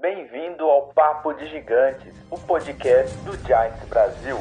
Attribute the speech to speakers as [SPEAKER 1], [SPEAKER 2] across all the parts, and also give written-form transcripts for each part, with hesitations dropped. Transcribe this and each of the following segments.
[SPEAKER 1] Bem-vindo ao Papo de Gigantes, o podcast do Giants Brasil.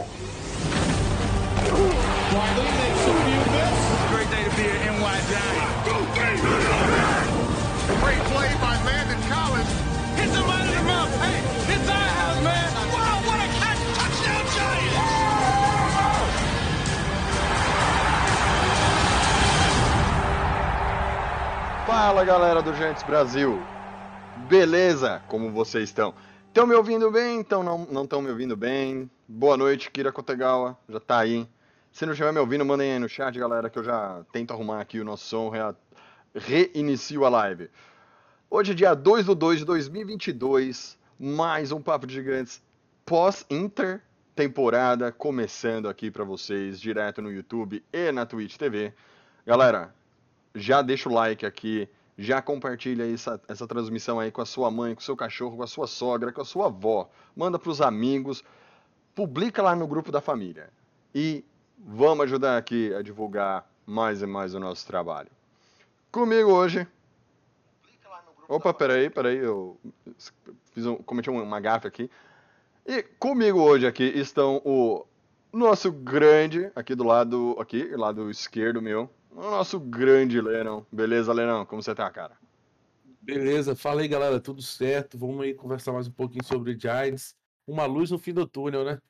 [SPEAKER 2] Fala, galera do Giants Brasil, beleza? Como vocês estão? Estão me ouvindo bem? Então não estão me ouvindo bem? Boa noite, Kira Kotegawa, já tá aí. Se não estiver me ouvindo, mandem aí no chat, galera, que eu já tento arrumar aqui o nosso som, reinicio a live. Hoje é dia 2/2/2022, mais um Papo de Gigantes pós-intertemporada, começando aqui pra vocês, direto no YouTube e na Twitch TV. Galera, já deixa o like aqui, já compartilha essa transmissão aí com a sua mãe, com o seu cachorro, com a sua sogra, com a sua avó. Manda pros amigos, publica lá no grupo da família. E vamos ajudar aqui a divulgar mais e mais o nosso trabalho. Comigo hoje... Opa, peraí, eu cometi uma gafe aqui. E comigo hoje aqui estão o nosso grande, aqui do lado esquerdo meu, o nosso grande Lennon. Beleza, Lennon? Como você tá, cara?
[SPEAKER 3] Beleza, fala aí, galera, tudo certo? Vamos aí conversar mais um pouquinho sobre Giants. Uma luz no fim do túnel, né?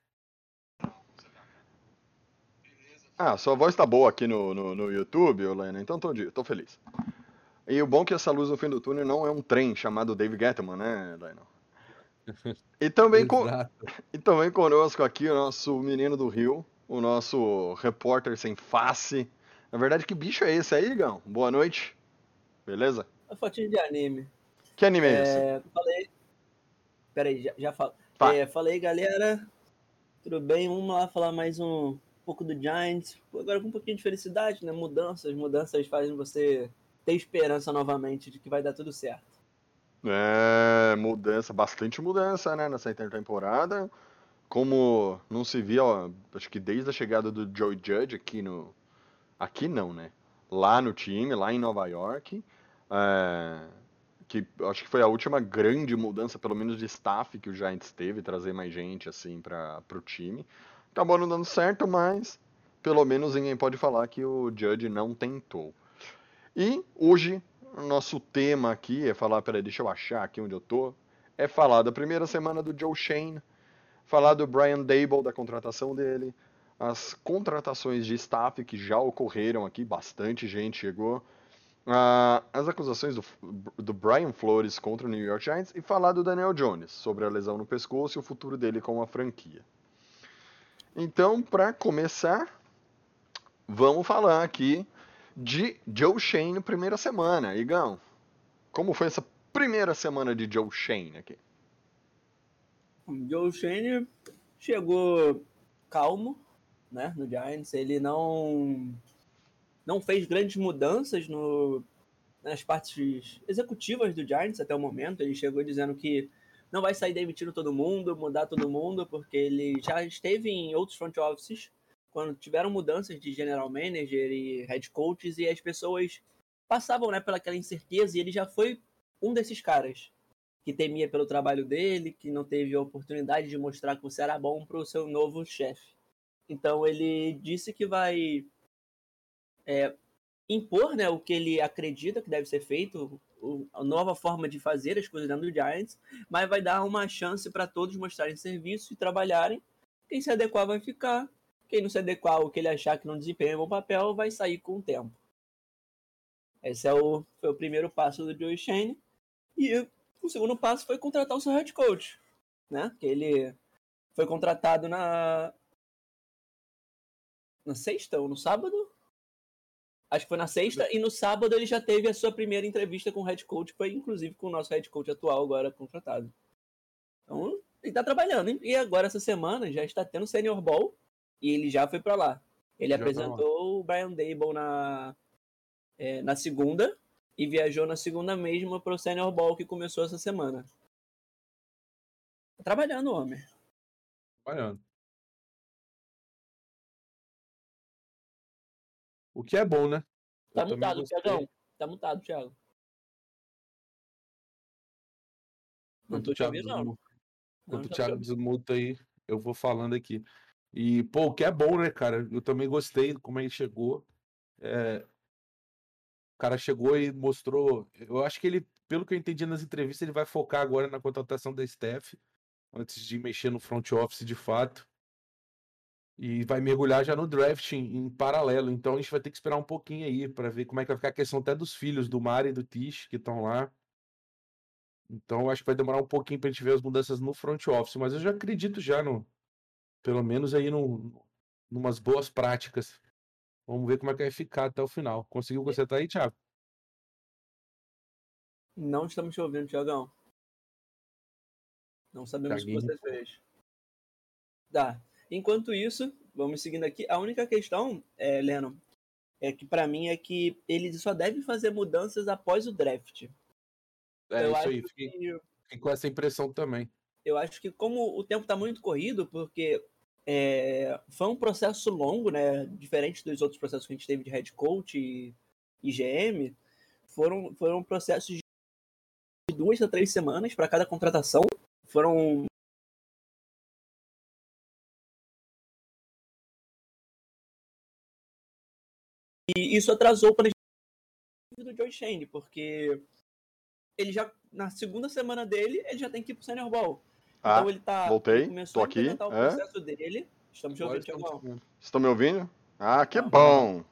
[SPEAKER 2] Ah, sua voz tá boa aqui no YouTube, Lennon, então tô feliz. E o bom é que essa luz no fim do túnel não é um trem chamado Dave Gettman, né, Lennon? E também conosco aqui o nosso menino do Rio, o nosso repórter sem face. Na verdade, que bicho é esse aí, Igão? Boa noite. Beleza?
[SPEAKER 4] Uma fotinha de anime.
[SPEAKER 2] Que anime é esse?
[SPEAKER 4] Falei. Peraí, já falo.
[SPEAKER 2] Tá.
[SPEAKER 4] Falei, galera. Tudo bem? Vamos lá falar mais um pouco do Giants. Agora com um pouquinho de felicidade, né? Mudanças fazem você ter esperança novamente de que vai dar tudo certo.
[SPEAKER 2] Bastante mudança, né, nessa intertemporada. Como não se via, ó, acho que desde a chegada do Joe Judge aqui não, né? Lá no time, lá em Nova York, que acho que foi a última grande mudança, pelo menos de staff, que o Giants teve, trazer mais gente assim para o time. Acabou não dando certo, mas pelo menos ninguém pode falar que o Judge não tentou. E hoje o nosso tema aqui é falar, peraí, deixa eu achar aqui onde eu tô, é falar da primeira semana do Joe Schoen, falar do Brian Daboll, da contratação dele, as contratações de staff que já ocorreram aqui, bastante gente chegou, as acusações do Brian Flores contra o New York Giants e falar do Daniel Jones, sobre a lesão no pescoço e o futuro dele com a franquia. Então, para começar, vamos falar aqui de Joe Schoen primeira semana. Igão, como foi essa primeira semana de Joe Schoen aqui?
[SPEAKER 4] O Joe Schoen chegou calmo, né, no Giants. Ele não fez grandes mudanças nas partes executivas do Giants até o momento. Ele chegou dizendo que não vai sair demitindo todo mundo, mudar todo mundo, porque ele já esteve em outros front offices quando tiveram mudanças de general manager e head coaches e as pessoas passavam, né, pelaquela incerteza, e ele já foi um desses caras que temia pelo trabalho dele, que não teve a oportunidade de mostrar que você era bom para o seu novo chefe. Então ele disse que vai impor, né, o que ele acredita que deve ser feito, a nova forma de fazer as coisas dentro do Giants, mas vai dar uma chance para todos mostrarem serviço e trabalharem. Quem se adequar vai ficar. Quem não se adequar ao que ele achar que não desempenha um bom papel vai sair com o tempo. Esse foi o primeiro passo do Joe Schoen. E o segundo passo foi contratar o seu head coach, né? Que ele foi contratado na sexta ou no sábado? Acho que foi na sexta, e no sábado ele já teve a sua primeira entrevista com o head coach, foi inclusive com o nosso head coach atual agora contratado. Então, ele tá trabalhando, hein? E agora essa semana já está tendo Senior Bowl, e ele já foi para lá. Ele apresentou o Brian Daboll na segunda, e viajou na segunda mesma para o Senior Bowl que começou essa semana. Tá trabalhando, homem.
[SPEAKER 3] Trabalhando. O que é bom, né?
[SPEAKER 4] Tá mutado, Thiagão. Tá mutado, Thiago. Não
[SPEAKER 3] Enquanto
[SPEAKER 4] tô
[SPEAKER 3] o
[SPEAKER 4] te
[SPEAKER 3] Thiago
[SPEAKER 4] ouvindo, não.
[SPEAKER 3] desmuta,
[SPEAKER 4] Não
[SPEAKER 3] enquanto o
[SPEAKER 4] tô te
[SPEAKER 3] Thiago
[SPEAKER 4] ouvindo.
[SPEAKER 3] desmuta aí, eu vou falando aqui. E, pô, o que é bom, né, cara? Eu também gostei de como ele chegou. O cara chegou e mostrou. Eu acho que ele, pelo que eu entendi nas entrevistas, ele vai focar agora na contratação da Steph, antes de mexer no front office de fato. E vai mergulhar já no draft em paralelo. Então a gente vai ter que esperar um pouquinho aí para ver como é que vai ficar a questão até dos filhos do Mari e do Tish que estão lá. Então eu acho que vai demorar um pouquinho para a gente ver as mudanças no front office, mas eu já acredito já no, pelo menos aí numas boas práticas. Vamos ver como é que vai ficar até o final. Conseguiu consertar aí, Thiago?
[SPEAKER 4] Não estamos te ouvindo, Tiagão. Não sabemos o que
[SPEAKER 3] Thiaguinho.
[SPEAKER 4] você fez. Tá. Enquanto isso, vamos seguindo aqui. A única questão, Lennon, é que pra mim é que ele só deve fazer mudanças após o draft.
[SPEAKER 3] É
[SPEAKER 4] Eu
[SPEAKER 3] isso
[SPEAKER 4] acho
[SPEAKER 3] aí,
[SPEAKER 4] que
[SPEAKER 3] fiquei com essa impressão também.
[SPEAKER 4] eu acho que como o tempo está muito corrido, porque foi um processo longo, né? Diferente dos outros processos que a gente teve de head coach e GM, foram processos de 2 a 3 semanas para cada contratação. Foram e isso atrasou o planejamento do Joe Shane, porque ele já na segunda semana dele ele já tem que ir pro Senior Ball. Então
[SPEAKER 2] Ah,
[SPEAKER 4] ele
[SPEAKER 2] voltei,
[SPEAKER 4] começou
[SPEAKER 2] tô
[SPEAKER 4] a
[SPEAKER 2] aqui.
[SPEAKER 4] implementar o
[SPEAKER 2] É?
[SPEAKER 4] processo dele. Estamos te
[SPEAKER 3] Agora
[SPEAKER 4] ouvindo,
[SPEAKER 3] estamos
[SPEAKER 4] Tiagão?
[SPEAKER 3] vendo.
[SPEAKER 2] Estão me ouvindo? Ah, que
[SPEAKER 4] Aham.
[SPEAKER 2] bom!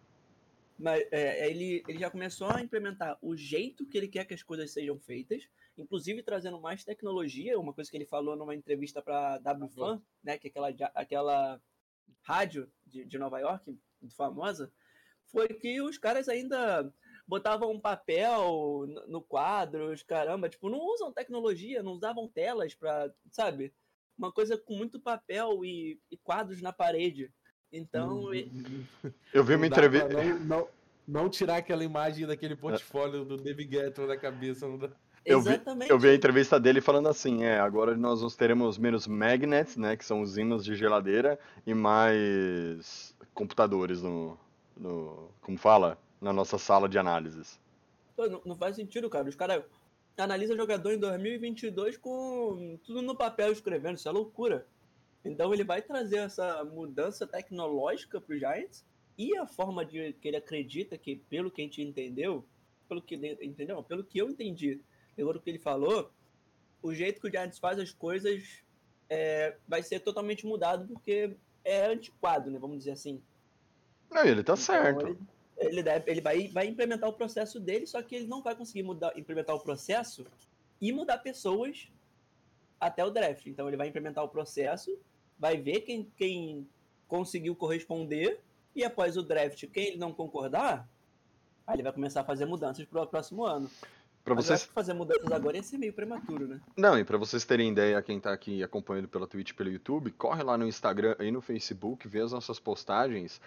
[SPEAKER 4] Mas ele já começou a implementar o jeito que ele quer que as coisas sejam feitas, inclusive trazendo mais tecnologia, uma coisa que ele falou numa entrevista para WFAN, né, que é aquela rádio de Nova York, muito famosa, foi que os caras ainda botavam um papel no quadro, os caramba, tipo, não usam tecnologia, não usavam telas para, sabe? Uma coisa com muito papel e quadros na parede. Então,
[SPEAKER 2] Eu vi uma
[SPEAKER 3] Não dá pra
[SPEAKER 2] entrevista.
[SPEAKER 3] não tirar aquela imagem daquele portfólio do David Guetta da cabeça. Não dá.
[SPEAKER 2] Eu vi a
[SPEAKER 4] exatamente.
[SPEAKER 2] entrevista dele falando assim, agora nós teremos menos magnets, né, que são os ímãs de geladeira, e mais computadores como fala, na nossa sala de análises.
[SPEAKER 4] Pô, não faz sentido, cara. Os caras analisam jogador em 2022 com tudo no papel escrevendo, isso é loucura. Então ele vai trazer essa mudança tecnológica pro Giants e a forma de que ele acredita que, pelo que a gente entendeu, pelo que eu entendi, agora o que ele falou, o jeito que o Giants faz as coisas vai ser totalmente mudado porque é antiquado, né? Vamos dizer assim.
[SPEAKER 2] Não, ele tá
[SPEAKER 4] Então
[SPEAKER 2] certo.
[SPEAKER 4] ele vai implementar o processo dele, só que ele não vai conseguir implementar o processo e mudar pessoas até o draft. Então ele vai implementar o processo, vai ver quem conseguiu corresponder e após o draft, quem ele não concordar, aí ele vai começar a fazer mudanças para o próximo ano.
[SPEAKER 2] Pra
[SPEAKER 4] Mas eu acho
[SPEAKER 2] vocês,
[SPEAKER 4] que fazer mudanças agora ia ser meio prematuro, né?
[SPEAKER 2] não, e pra vocês terem ideia, quem tá aqui acompanhando pela Twitch e pelo YouTube, corre lá no Instagram e no Facebook, vê as nossas postagens.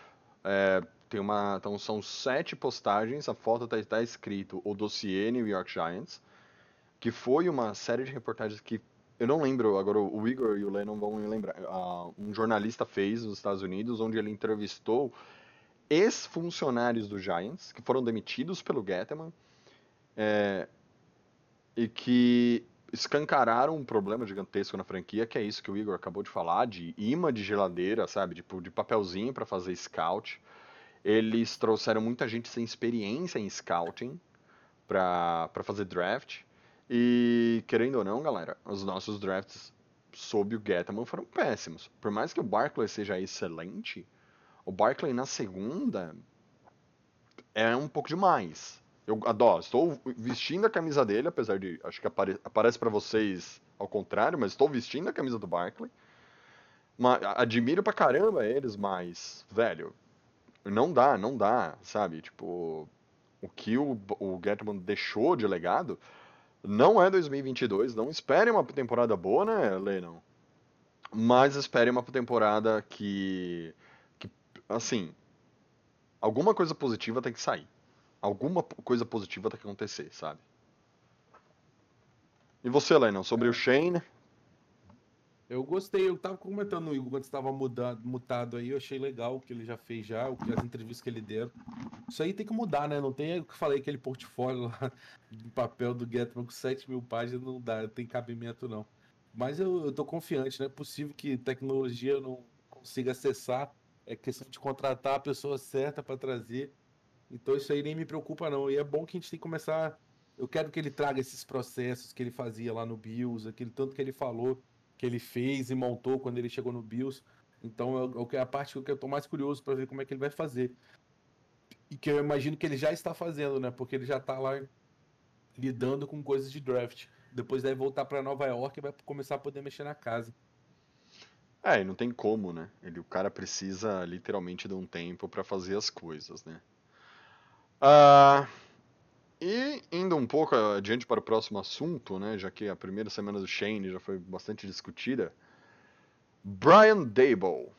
[SPEAKER 2] Então são 7 postagens, a foto tá escrito o dossiê New York Giants, que foi uma série de reportagens que eu não lembro, agora o Igor e o Lennon vão me lembrar. Um jornalista fez nos Estados Unidos, onde ele entrevistou ex-funcionários do Giants, que foram demitidos pelo Gettleman, e que escancararam um problema gigantesco na franquia, que é isso que o Igor acabou de falar, de imã de geladeira, sabe, tipo, de papelzinho para fazer scout. Eles trouxeram muita gente sem experiência em scouting para fazer draft. E, querendo ou não, galera, os nossos drafts sob o Gettleman foram péssimos. Por mais que o Barkley seja excelente, o Barkley na segunda é um pouco demais. Eu adoro, estou vestindo a camisa dele, apesar de, acho que aparece para vocês ao contrário, mas estou vestindo a camisa do Barkley. Admiro pra caramba eles, mas, velho, não dá, sabe? Tipo, o que o Gettleman deixou de legado não é 2022. Não espere uma temporada boa, né, Lennon? Mas espere uma temporada que, assim, alguma coisa positiva tem que sair. Alguma coisa positiva tem que acontecer, sabe? E você, Lennon, sobre o Shane?
[SPEAKER 3] Eu gostei, eu tava comentando no Igor quando estava mutado aí, eu achei legal o que ele já fez já, as entrevistas que ele deu. Isso aí tem que mudar, né? Não tem o que eu falei, aquele portfólio lá de papel do Gettman com 7.000 páginas, não dá, não tem cabimento não. Mas eu tô confiante, não é possível que tecnologia não consiga acessar, é questão de contratar a pessoa certa para trazer. Então isso aí nem me preocupa não. E é bom que a gente tem que começar. Eu quero que ele traga esses processos que ele fazia lá no Bills, aquele tanto que ele falou, que ele fez e montou quando ele chegou no Bills. Então é a parte que eu tô mais curioso para ver como é que ele vai fazer. E que eu imagino que ele já está fazendo, né? Porque ele já tá lá lidando com coisas de draft. Depois deve voltar para Nova York e vai começar a poder mexer na casa.
[SPEAKER 2] É, e não tem como, né? O cara precisa literalmente de um tempo pra fazer as coisas, né? Ah, e indo um pouco adiante para o próximo assunto, né? Já que a primeira semana do Shane já foi bastante discutida. Brian Daboll.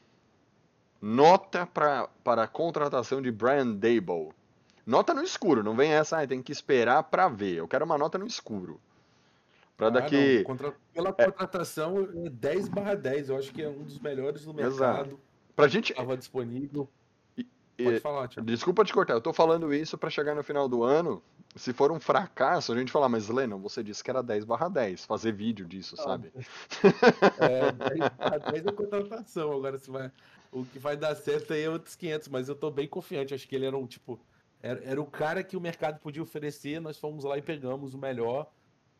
[SPEAKER 2] Nota para a contratação de Brian Daboll. Nota no escuro, não vem essa, tem que esperar pra ver. Eu quero uma nota no escuro. Pra
[SPEAKER 3] Ah, não.
[SPEAKER 2] daqui.
[SPEAKER 3] Pela
[SPEAKER 2] É,
[SPEAKER 3] contratação é 10/10. Eu acho que é um dos melhores no
[SPEAKER 2] exato.
[SPEAKER 3] mercado.
[SPEAKER 2] Pra gente.
[SPEAKER 3] Estava disponível.
[SPEAKER 2] e-
[SPEAKER 3] Pode
[SPEAKER 2] e-
[SPEAKER 3] falar, Thiago.
[SPEAKER 2] Desculpa te cortar, eu tô falando isso pra chegar no final do ano. Se for um fracasso, a gente falar, mas Lennon, você disse que era 10/10. Fazer vídeo disso,
[SPEAKER 3] Não,
[SPEAKER 2] sabe?
[SPEAKER 3] é 10/10 é contratação. Agora, o que vai dar certo aí é outros 500. Mas eu tô bem confiante. Acho que ele era um tipo. Era o cara que o mercado podia oferecer. Nós fomos lá e pegamos o melhor.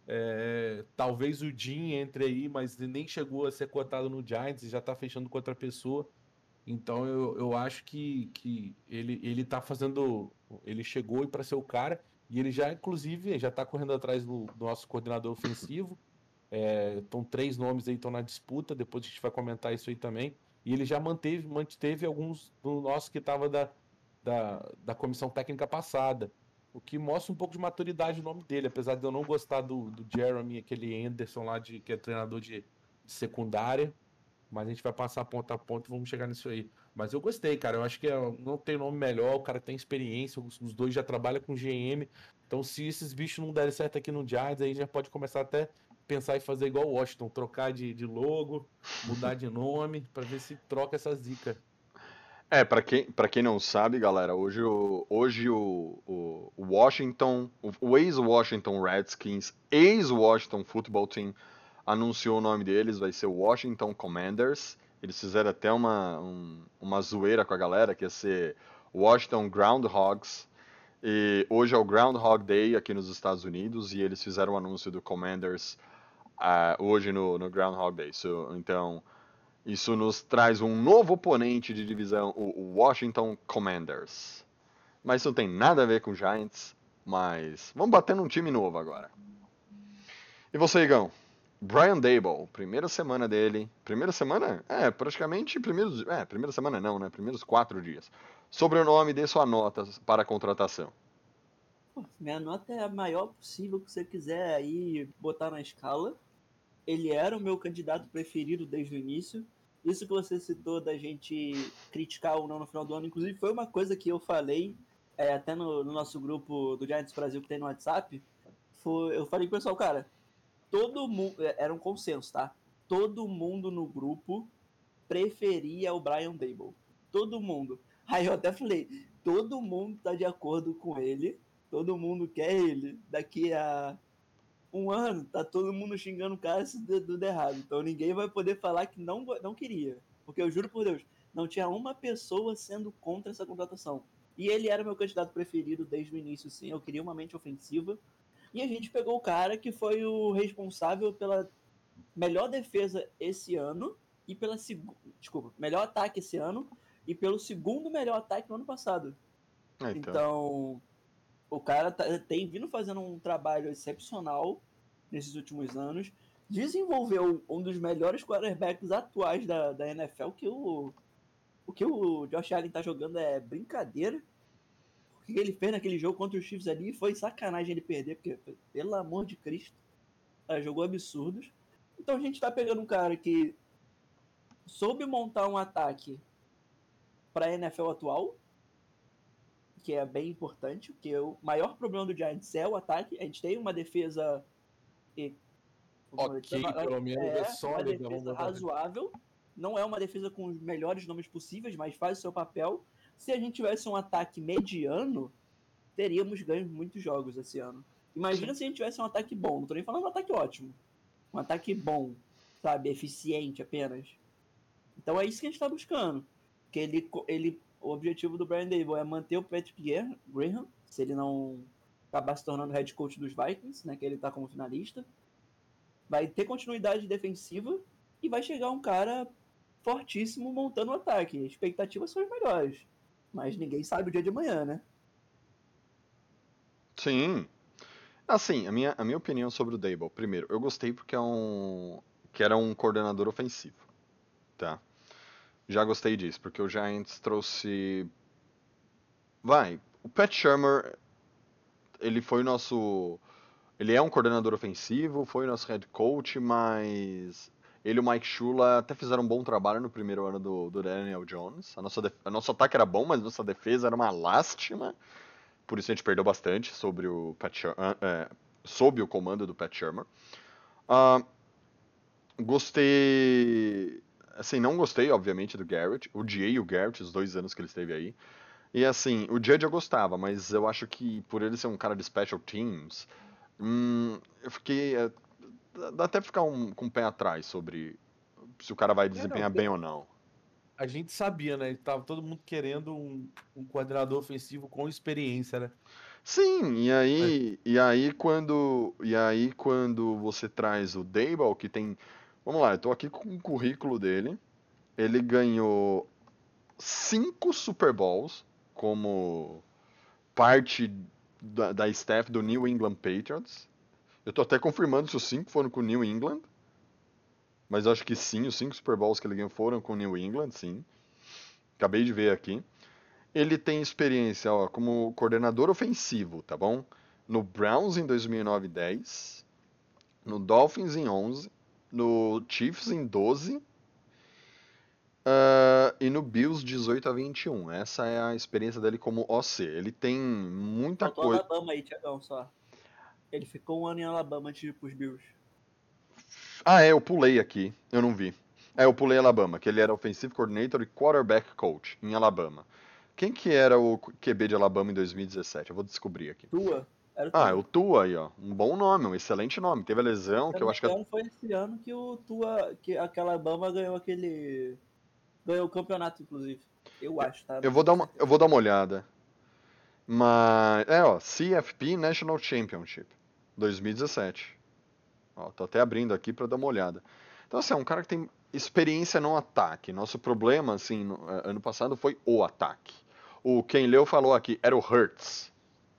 [SPEAKER 3] Talvez o Jim entre aí, mas ele nem chegou a ser cotado no Giants e já tá fechando com outra pessoa. Então eu acho que ele tá fazendo. Ele chegou para ser o cara, e ele já, inclusive, já tá correndo atrás do nosso coordenador ofensivo. Então, 3 nomes aí estão na disputa, depois a gente vai comentar isso aí também. E ele já manteve alguns do nosso que estava da comissão técnica passada. O que mostra um pouco de maturidade no nome dele, apesar de eu não gostar do Jeremy, aquele Anderson lá, que é treinador de secundária. Mas a gente vai passar ponto a ponto e vamos chegar nisso aí. Mas eu gostei, cara. Eu acho que não tem nome melhor, o cara tem experiência, os dois já trabalham com GM. Então, se esses bichos não derem certo aqui no Giants, aí já pode começar até pensar em fazer igual o Washington, trocar de logo, mudar de nome, pra ver se troca essa zica.
[SPEAKER 2] Pra quem não sabe, galera, hoje o Washington, o ex-Washington Redskins, ex-Washington Football Team, anunciou o nome deles, vai ser o Washington Commanders. Eles fizeram até uma zoeira com a galera, que ia ser Washington Groundhogs. E hoje é o Groundhog Day aqui nos Estados Unidos, e eles fizeram o anúncio do Commanders hoje no Groundhog Day. Então, isso nos traz um novo oponente de divisão, o Washington Commanders. Mas isso não tem nada a ver com Giants, mas vamos bater num time novo agora. E você, Igão? Brian Daboll, primeira semana dele. Primeira semana? Praticamente primeiros. Primeira semana não, né? Primeiros 4 dias. Sobrenome, dê sua nota para a contratação.
[SPEAKER 4] Pô, minha nota é a maior possível que você quiser aí botar na escala. Ele era o meu candidato preferido desde o início. Isso que você citou da gente criticar ou não no final do ano, inclusive foi uma coisa que eu falei até no nosso grupo do Giants Brasil que tem no WhatsApp. Eu falei pro pessoal, cara, todo mundo. Era um consenso, tá? Todo mundo no grupo preferia o Brian Daboll. Todo mundo. Aí eu até falei, todo mundo tá de acordo com ele, todo mundo quer ele. Daqui a um ano, tá todo mundo xingando o cara se deu tudo errado. Então ninguém vai poder falar que não queria. Porque eu juro por Deus, não tinha uma pessoa sendo contra essa contratação. E ele era meu candidato preferido desde o início, sim. Eu queria uma mente ofensiva. E a gente pegou o cara que foi o responsável pela melhor defesa esse ano e pela melhor ataque esse ano e pelo segundo melhor ataque no ano passado. Então, o cara tem vindo fazendo um trabalho excepcional nesses últimos anos, desenvolveu um dos melhores quarterbacks atuais da NFL, que o que o Josh Allen tá jogando é brincadeira. O que ele fez naquele jogo contra os Chiefs ali foi sacanagem ele perder, porque, pelo amor de Cristo, jogou absurdos. Então a gente tá pegando um cara que soube montar um ataque para a NFL atual, que é bem importante, porque o maior problema do Giants é o ataque. A gente tem uma defesa
[SPEAKER 3] Ok, pelo menos é
[SPEAKER 4] uma
[SPEAKER 3] sólido. Vamos
[SPEAKER 4] defesa
[SPEAKER 3] botar.
[SPEAKER 4] razoável. Não é uma defesa com os melhores nomes possíveis, mas faz o seu papel. Se a gente tivesse um ataque mediano, teríamos ganho muitos jogos esse ano. Imagina se a gente tivesse um ataque bom. Não tô nem falando um ataque ótimo. Um ataque bom, sabe? Eficiente apenas. Então é isso que a gente tá buscando. Que o objetivo do Brian Daboll é manter o Patrick Graham, se ele não acabar se tornando head coach dos Vikings, né? Que ele tá como finalista. Vai ter continuidade defensiva e vai chegar um cara fortíssimo montando o ataque. As expectativas são as melhores. Mas ninguém sabe o dia de amanhã, né?
[SPEAKER 2] Sim. Assim, a minha opinião sobre o Daboll. Primeiro, eu gostei porque que era um coordenador ofensivo, tá? Já gostei disso, porque o Giants trouxe... o Pat Shurmur, ele foi o nosso... Ele é um coordenador ofensivo, foi o nosso head coach, mas ele e o Mike Shula até fizeram um bom trabalho no primeiro ano do Daniel Jones. Nosso ataque era bom, mas nossa defesa era uma lástima. Por isso a gente perdeu bastante sob o comando do Pat Shurmur. Gostei... Assim, não gostei, obviamente, do Garrett. Odiei o Garrett os 2 anos que ele esteve aí. E assim, o Judge eu gostava, mas eu acho que por ele ser um cara de special teams, eu fiquei. Dá até pra ficar com o pé atrás sobre se o cara vai desempenhar bem ou não.
[SPEAKER 3] A gente sabia, né? Tava todo mundo querendo um coordenador ofensivo com experiência, né?
[SPEAKER 2] Sim, e aí quando você traz o Daboll, que tem. Vamos lá, eu tô aqui com o currículo dele. Ele ganhou 5 Super Bowls como parte da staff do New England Patriots. Eu tô até confirmando se os 5 foram com o New England. Mas eu acho que sim, os 5 Super Bowls que ele ganhou foram com o New England, sim. Acabei de ver aqui. Ele tem experiência como coordenador ofensivo, tá bom? No Browns em 2009 e 10, no Dolphins em 11, no Chiefs em 12 e no Bills 18 a 21. Essa é a experiência dele como OC. Ele tem muita
[SPEAKER 4] Faltou
[SPEAKER 2] coisa.
[SPEAKER 4] Alabama aí, Thiagão, só. Ele ficou 1 ano em Alabama antes de ir pros Bills.
[SPEAKER 2] Eu pulei aqui, eu não vi. Eu pulei Alabama, que ele era Offensive Coordinator e Quarterback Coach em Alabama. Quem que era o QB de Alabama em 2017? Eu vou descobrir aqui.
[SPEAKER 4] Tua? Era o
[SPEAKER 2] É
[SPEAKER 4] Tua.
[SPEAKER 2] o Tua aí, ó. Um bom nome, um excelente nome. Teve a lesão,
[SPEAKER 4] Se
[SPEAKER 2] que
[SPEAKER 4] eu
[SPEAKER 2] eu
[SPEAKER 4] não
[SPEAKER 2] acho
[SPEAKER 4] me
[SPEAKER 2] que...
[SPEAKER 4] engano, foi esse ano que o Tua, que aquela Alabama ganhou ganhou o campeonato, inclusive. Eu acho, tá?
[SPEAKER 2] Eu
[SPEAKER 4] Não
[SPEAKER 2] vou
[SPEAKER 4] tenho
[SPEAKER 2] dar uma,
[SPEAKER 4] certeza.
[SPEAKER 2] eu vou dar uma olhada. Mas, CFP National Championship, 2017. Ó, tô até abrindo aqui pra dar uma olhada. Então, assim, é um cara que tem experiência no ataque. Nosso problema, assim, ano passado foi o ataque. O quem leu falou aqui, era o Hurts.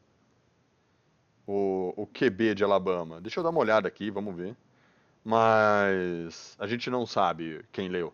[SPEAKER 2] O QB de Alabama. Deixa eu dar uma olhada aqui, vamos ver. Mas a gente não sabe quem leu.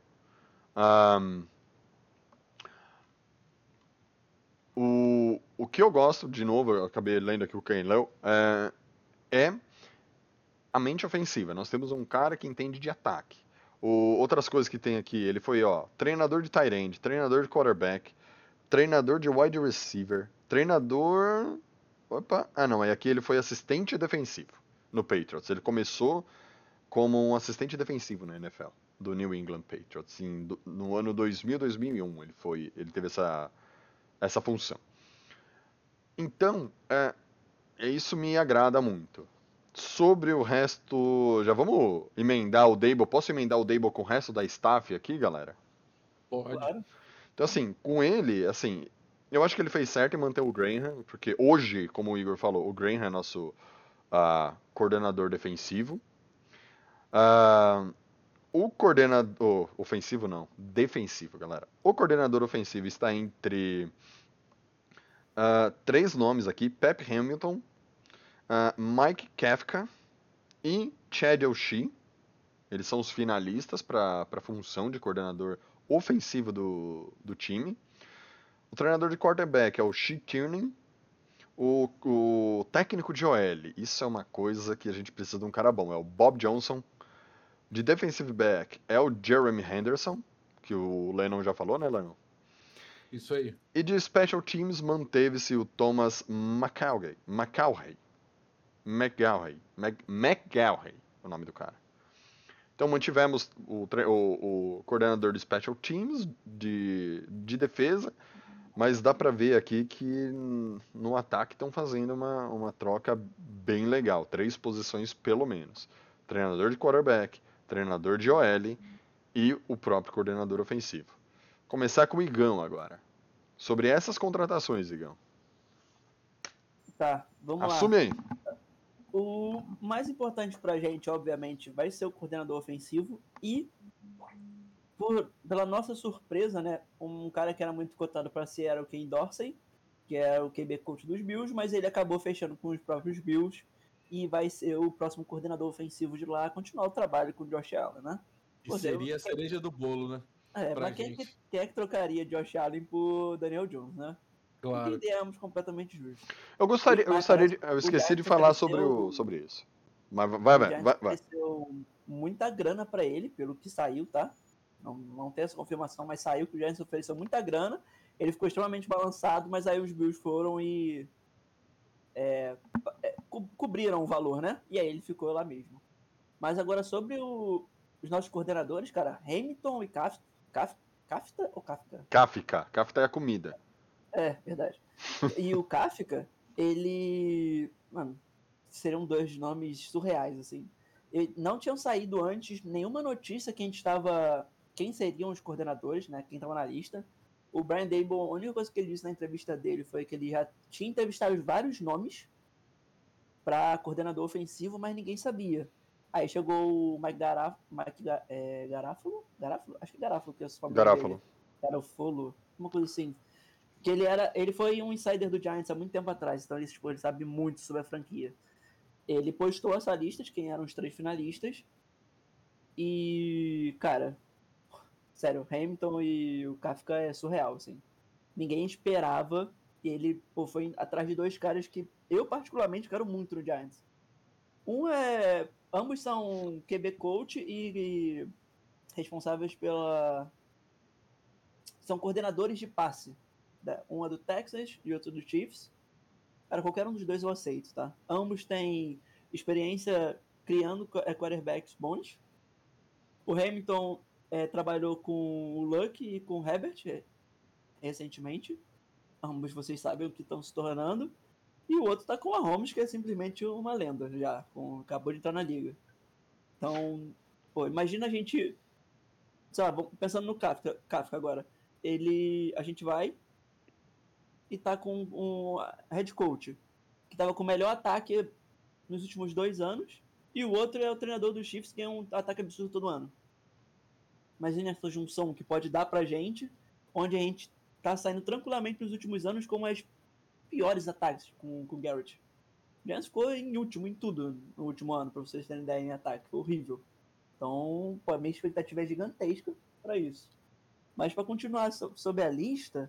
[SPEAKER 2] O que eu gosto, de novo, eu acabei lendo aqui o quem leu, é a mente ofensiva. Nós temos um cara que entende de ataque. Outras coisas que tem aqui, ele foi, treinador de tight end, treinador de quarterback, treinador de wide receiver, treinador... Opa, não, aqui ele foi assistente defensivo no Patriots. Ele começou como um assistente defensivo na NFL, do New England Patriots, no ano 2000, 2001. Ele teve essa função. Então, isso me agrada muito. Sobre o resto, já vamos emendar o Daboll? Posso emendar o Daboll com o resto da staff aqui, galera?
[SPEAKER 3] Pode.
[SPEAKER 4] Claro.
[SPEAKER 2] Então, assim, com ele, assim, eu acho que ele fez certo em manter o Graham, porque hoje, como o Igor falou, o Graham é nosso coordenador defensivo. O coordenador ofensivo, não, defensivo, galera. O coordenador ofensivo está entre 3 nomes aqui: Pep Hamilton, Mike Kafka e Chad O'Shea. Eles são os finalistas para a função de coordenador ofensivo do time. O treinador de quarterback é o Shea Tierney. O técnico de OL, isso é uma coisa que a gente precisa de um cara bom, é o Bob Johnson. De defensive back é o Jeremy Henderson, que o Lennon já falou, né, Lennon?
[SPEAKER 3] Isso aí.
[SPEAKER 2] E de special teams manteve-se o Thomas McGaughey, o nome do cara. Então mantivemos o coordenador de Special Teams, de defesa, mas dá pra ver aqui que no ataque estão fazendo uma troca bem legal. 3 posições pelo menos. Treinador de quarterback, treinador de OL e o próprio coordenador ofensivo. Começar com o Igão agora. Sobre essas contratações, Igão.
[SPEAKER 4] Tá, vamos lá.
[SPEAKER 2] Assume aí.
[SPEAKER 4] O mais importante pra gente, obviamente, vai ser o coordenador ofensivo e, pela nossa surpresa, né, um cara que era muito cotado para ser era o Ken Dorsey, que é o QB coach dos Bills, mas ele acabou fechando com os próprios Bills e vai ser o próximo coordenador ofensivo de lá, continuar o trabalho com o Josh Allen, né?
[SPEAKER 3] E seria a cereja do bolo, né?
[SPEAKER 4] Mas quem é que trocaria Josh Allen por Daniel Jones, né?
[SPEAKER 3] Claro.
[SPEAKER 4] Entendemos completamente justo.
[SPEAKER 2] Eu esqueci de falar sobre isso. Mas vai.
[SPEAKER 4] Ofereceu muita grana pra ele, pelo que saiu, tá? Não tem essa confirmação, mas saiu que o Giants ofereceu muita grana. Ele ficou extremamente balançado, mas aí os Bills foram e cobriram o valor, né? E aí ele ficou lá mesmo. Mas agora sobre os nossos coordenadores, cara, Hamilton e Kafka ou Kafka?
[SPEAKER 2] Kafka é a comida.
[SPEAKER 4] É, verdade. E o Kafka, ele... Mano, seriam 2 nomes surreais, assim. Não tinham saído antes nenhuma notícia quem seriam os coordenadores, né? Quem estava na lista. O Brian Daboll, a única coisa que ele disse na entrevista dele foi que ele já tinha entrevistado vários nomes para coordenador ofensivo, mas ninguém sabia. Aí chegou o Mike Garafolo? Acho que Garafolo, que é o sobrenome dele. Garafolo, uma coisa assim. Que ele foi um insider do Giants há muito tempo atrás, então ele sabe muito sobre a franquia. Ele postou essa lista de quem eram os 3 finalistas. E, cara, sério, Hamilton e o Kafka é surreal, assim. Ninguém esperava. E ele foi atrás de 2 caras que eu particularmente quero muito no Giants. Ambos são QB coach e responsáveis são coordenadores de passe. Um é do Texas e outro do Chiefs. Cara, qualquer um dos 2 eu aceito, tá? Ambos têm experiência criando quarterbacks bons. O Hamilton trabalhou com o Luck e com o Herbert recentemente. Ambos vocês sabem o que estão se tornando. E o outro tá com a Mahomes, que é simplesmente uma lenda já. Acabou de entrar na liga. Então, pô, imagina a gente... Sei lá, pensando no Kafka agora. A gente vai e tá com um head coach que tava com o melhor ataque nos últimos 2 anos, e o outro é o treinador do Chiefs, que é um ataque absurdo todo ano. Imagina essa junção que pode dar pra gente, onde a gente tá saindo tranquilamente nos últimos anos com os piores ataques com o Garrett. O Giants ficou em último em tudo no último ano, pra vocês terem ideia, em ataque. Foi horrível. Então, pô, a minha expectativa é gigantesca pra isso. Mas pra continuar sobre a lista,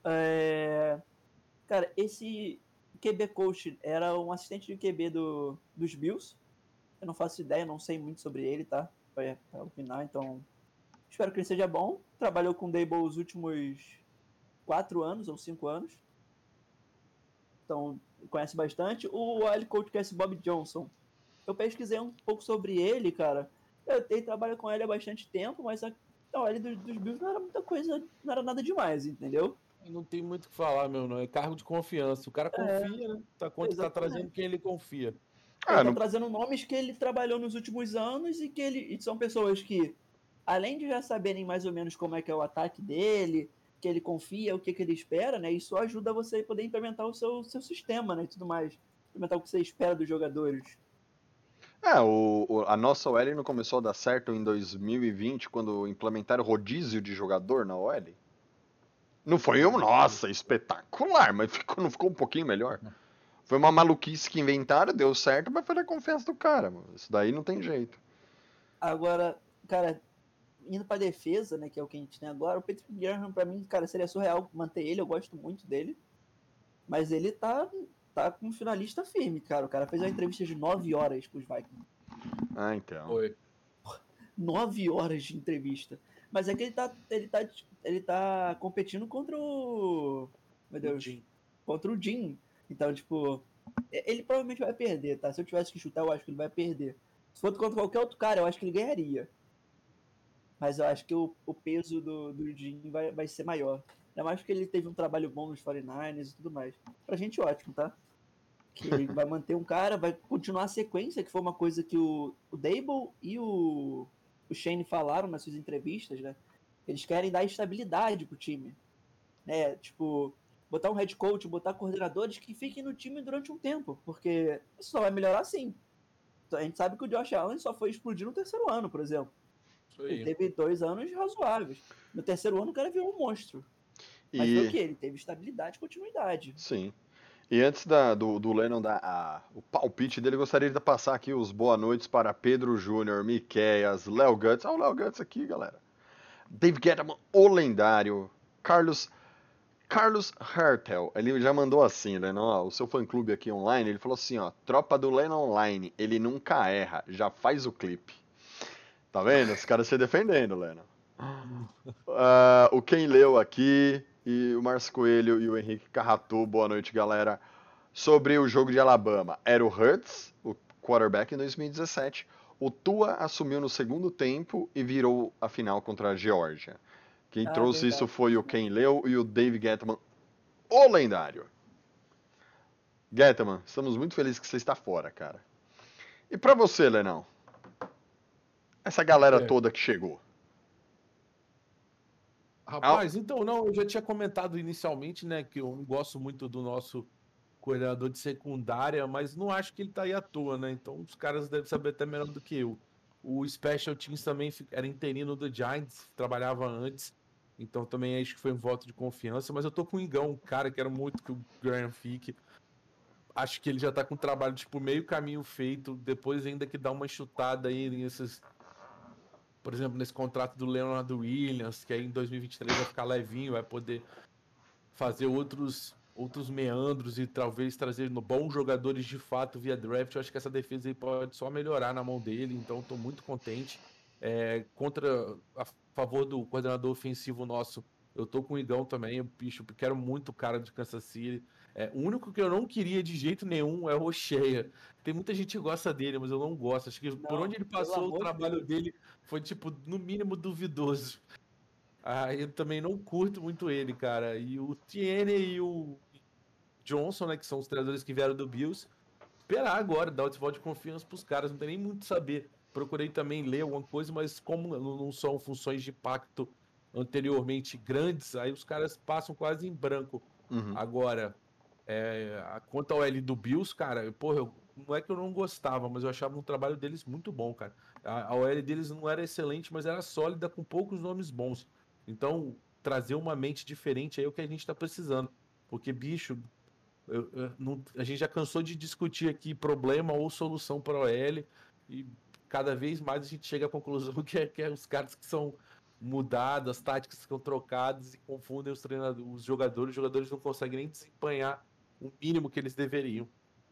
[SPEAKER 4] cara, esse QB coach era um assistente de QB dos Bills. Eu não faço ideia, não sei muito sobre ele, tá? Pra opinar, então espero que ele seja bom. Trabalhou com o Daboll os últimos 4 anos ou 5 anos. Então, conhece bastante. O OL coach que é esse Bob Johnson. Eu pesquisei um pouco sobre ele, cara. Eu trabalho com ele há bastante tempo, mas a OL dos Bills não era muita coisa, não era nada demais, entendeu?
[SPEAKER 3] Não tem muito o que falar, meu, não. É cargo de confiança. O cara confia, né? Tá trazendo quem ele confia.
[SPEAKER 4] Ele tá trazendo nomes que ele trabalhou nos últimos anos e são pessoas que, além de já saberem mais ou menos como é que é o ataque dele, que ele confia, o que ele espera, né? Isso ajuda você a poder implementar o seu sistema, né? E tudo mais. Implementar o que você espera dos jogadores.
[SPEAKER 2] A nossa OL não começou a dar certo em 2020, quando implementaram rodízio de jogador na OL? Não foi nossa, espetacular, mas não ficou um pouquinho melhor? Foi uma maluquice que inventaram, deu certo, mas foi da confiança do cara, mano. Isso daí não tem jeito.
[SPEAKER 4] Agora, cara, indo pra defesa, né, que é o que a gente tem agora, o Patrick Graham, pra mim, cara, seria surreal manter ele, eu gosto muito dele. Mas ele tá com um finalista firme, cara. O cara fez uma entrevista de 9 horas pros Vikings.
[SPEAKER 2] Ah, então.
[SPEAKER 3] Foi.
[SPEAKER 4] 9 horas de entrevista. Mas é que ele tá competindo contra o... Meu Deus. Contra o Jim. Então, tipo, ele provavelmente vai perder, tá? Se eu tivesse que chutar, eu acho que ele vai perder. Se for contra qualquer outro cara, eu acho que ele ganharia. Mas eu acho que o peso do Jim vai ser maior. Ainda mais porque ele teve um trabalho bom nos 49ers e tudo mais. Pra gente, ótimo, tá? Que vai manter um cara, vai continuar a sequência, que foi uma coisa que o Dable e o Shane falaram nas suas entrevistas, né? Eles querem dar estabilidade pro time. Né? Tipo, botar um head coach, botar coordenadores que fiquem no time durante um tempo. Porque isso só vai melhorar assim. A gente sabe que o Josh Allen só foi explodir no terceiro ano, por exemplo. Ele teve 2 anos razoáveis. No terceiro ano o cara virou um monstro. Mas foi o quê? Ele teve estabilidade e continuidade.
[SPEAKER 2] Sim. E antes do Lennon dar o palpite dele, eu gostaria de passar aqui os boa noites para Pedro Júnior, Miqueias, Léo Guts. Olha o Léo Guts aqui, galera. Dave Gettleman, o lendário. Carlos Hertel, ele já mandou assim, Lennon, ó, o seu fã-clube aqui online, ele falou assim, ó, tropa do Lennon Online, ele nunca erra, já faz o clipe. Tá vendo? Os caras se defendendo, Lennon. O Ken leu aqui, e o Márcio Coelho e o Henrique Carratu, boa noite, galera. Sobre o jogo de Alabama, era o Hurts, o quarterback em 2017. O Tua assumiu no segundo tempo e virou a final contra a Geórgia. Quem trouxe
[SPEAKER 4] verdade.
[SPEAKER 2] isso foi o Ken Leu e o Dave Gettleman, o lendário. Gettleman, estamos muito felizes que você está fora, cara. E pra você, Lenão? Essa galera toda que chegou.
[SPEAKER 3] Rapaz, então, não, eu já tinha comentado inicialmente, né, que eu não gosto muito do nosso coordenador de secundária, mas não acho que ele tá aí à toa, né? Então os caras devem saber até melhor do que eu. O Special Teams também era interino do Giants, trabalhava antes, então também acho que foi um voto de confiança, mas eu tô com o Igão, um cara que era muito que o Graham fique. Acho que ele já tá com o trabalho, tipo, meio caminho feito, depois ainda que dá uma chutada aí nesses... Por exemplo, nesse contrato do Leonard Williams, que aí em 2023 vai ficar levinho, vai poder fazer outros meandros e talvez trazer bons jogadores de fato via draft. Eu acho que essa defesa aí pode só melhorar na mão dele, então estou muito contente. A favor do coordenador ofensivo nosso, eu tô com o Igão também, bicho, quero muito o cara de Kansas City. O único que eu não queria de jeito nenhum é o Rocheia. Tem muita gente que gosta dele, mas eu não gosto. Acho que por onde ele passou, o trabalho dele foi, tipo, no mínimo duvidoso. Eu também não curto muito ele, cara. E o Tierney e o Johnson, né, que são os treinadores que vieram do Bills, esperar agora, dar o voto de confiança pros caras, não tem nem muito saber. Procurei também ler alguma coisa, mas como não são funções de impacto anteriormente grandes, aí os caras passam quase em branco. Agora, quanto ao L do Bills, cara, porra, não é que eu não gostava, mas eu achava um trabalho deles muito bom, cara. A OL deles não era excelente, mas era sólida com poucos nomes bons. Então, trazer uma mente diferente aí é o que a gente tá precisando. Porque, bicho, a gente já cansou de discutir aqui problema ou solução para a OL e cada vez mais a gente chega à conclusão que é os caras que são mudados, as táticas ficam trocadas e confundem os jogadores não conseguem nem desempenhar o mínimo que eles deveriam.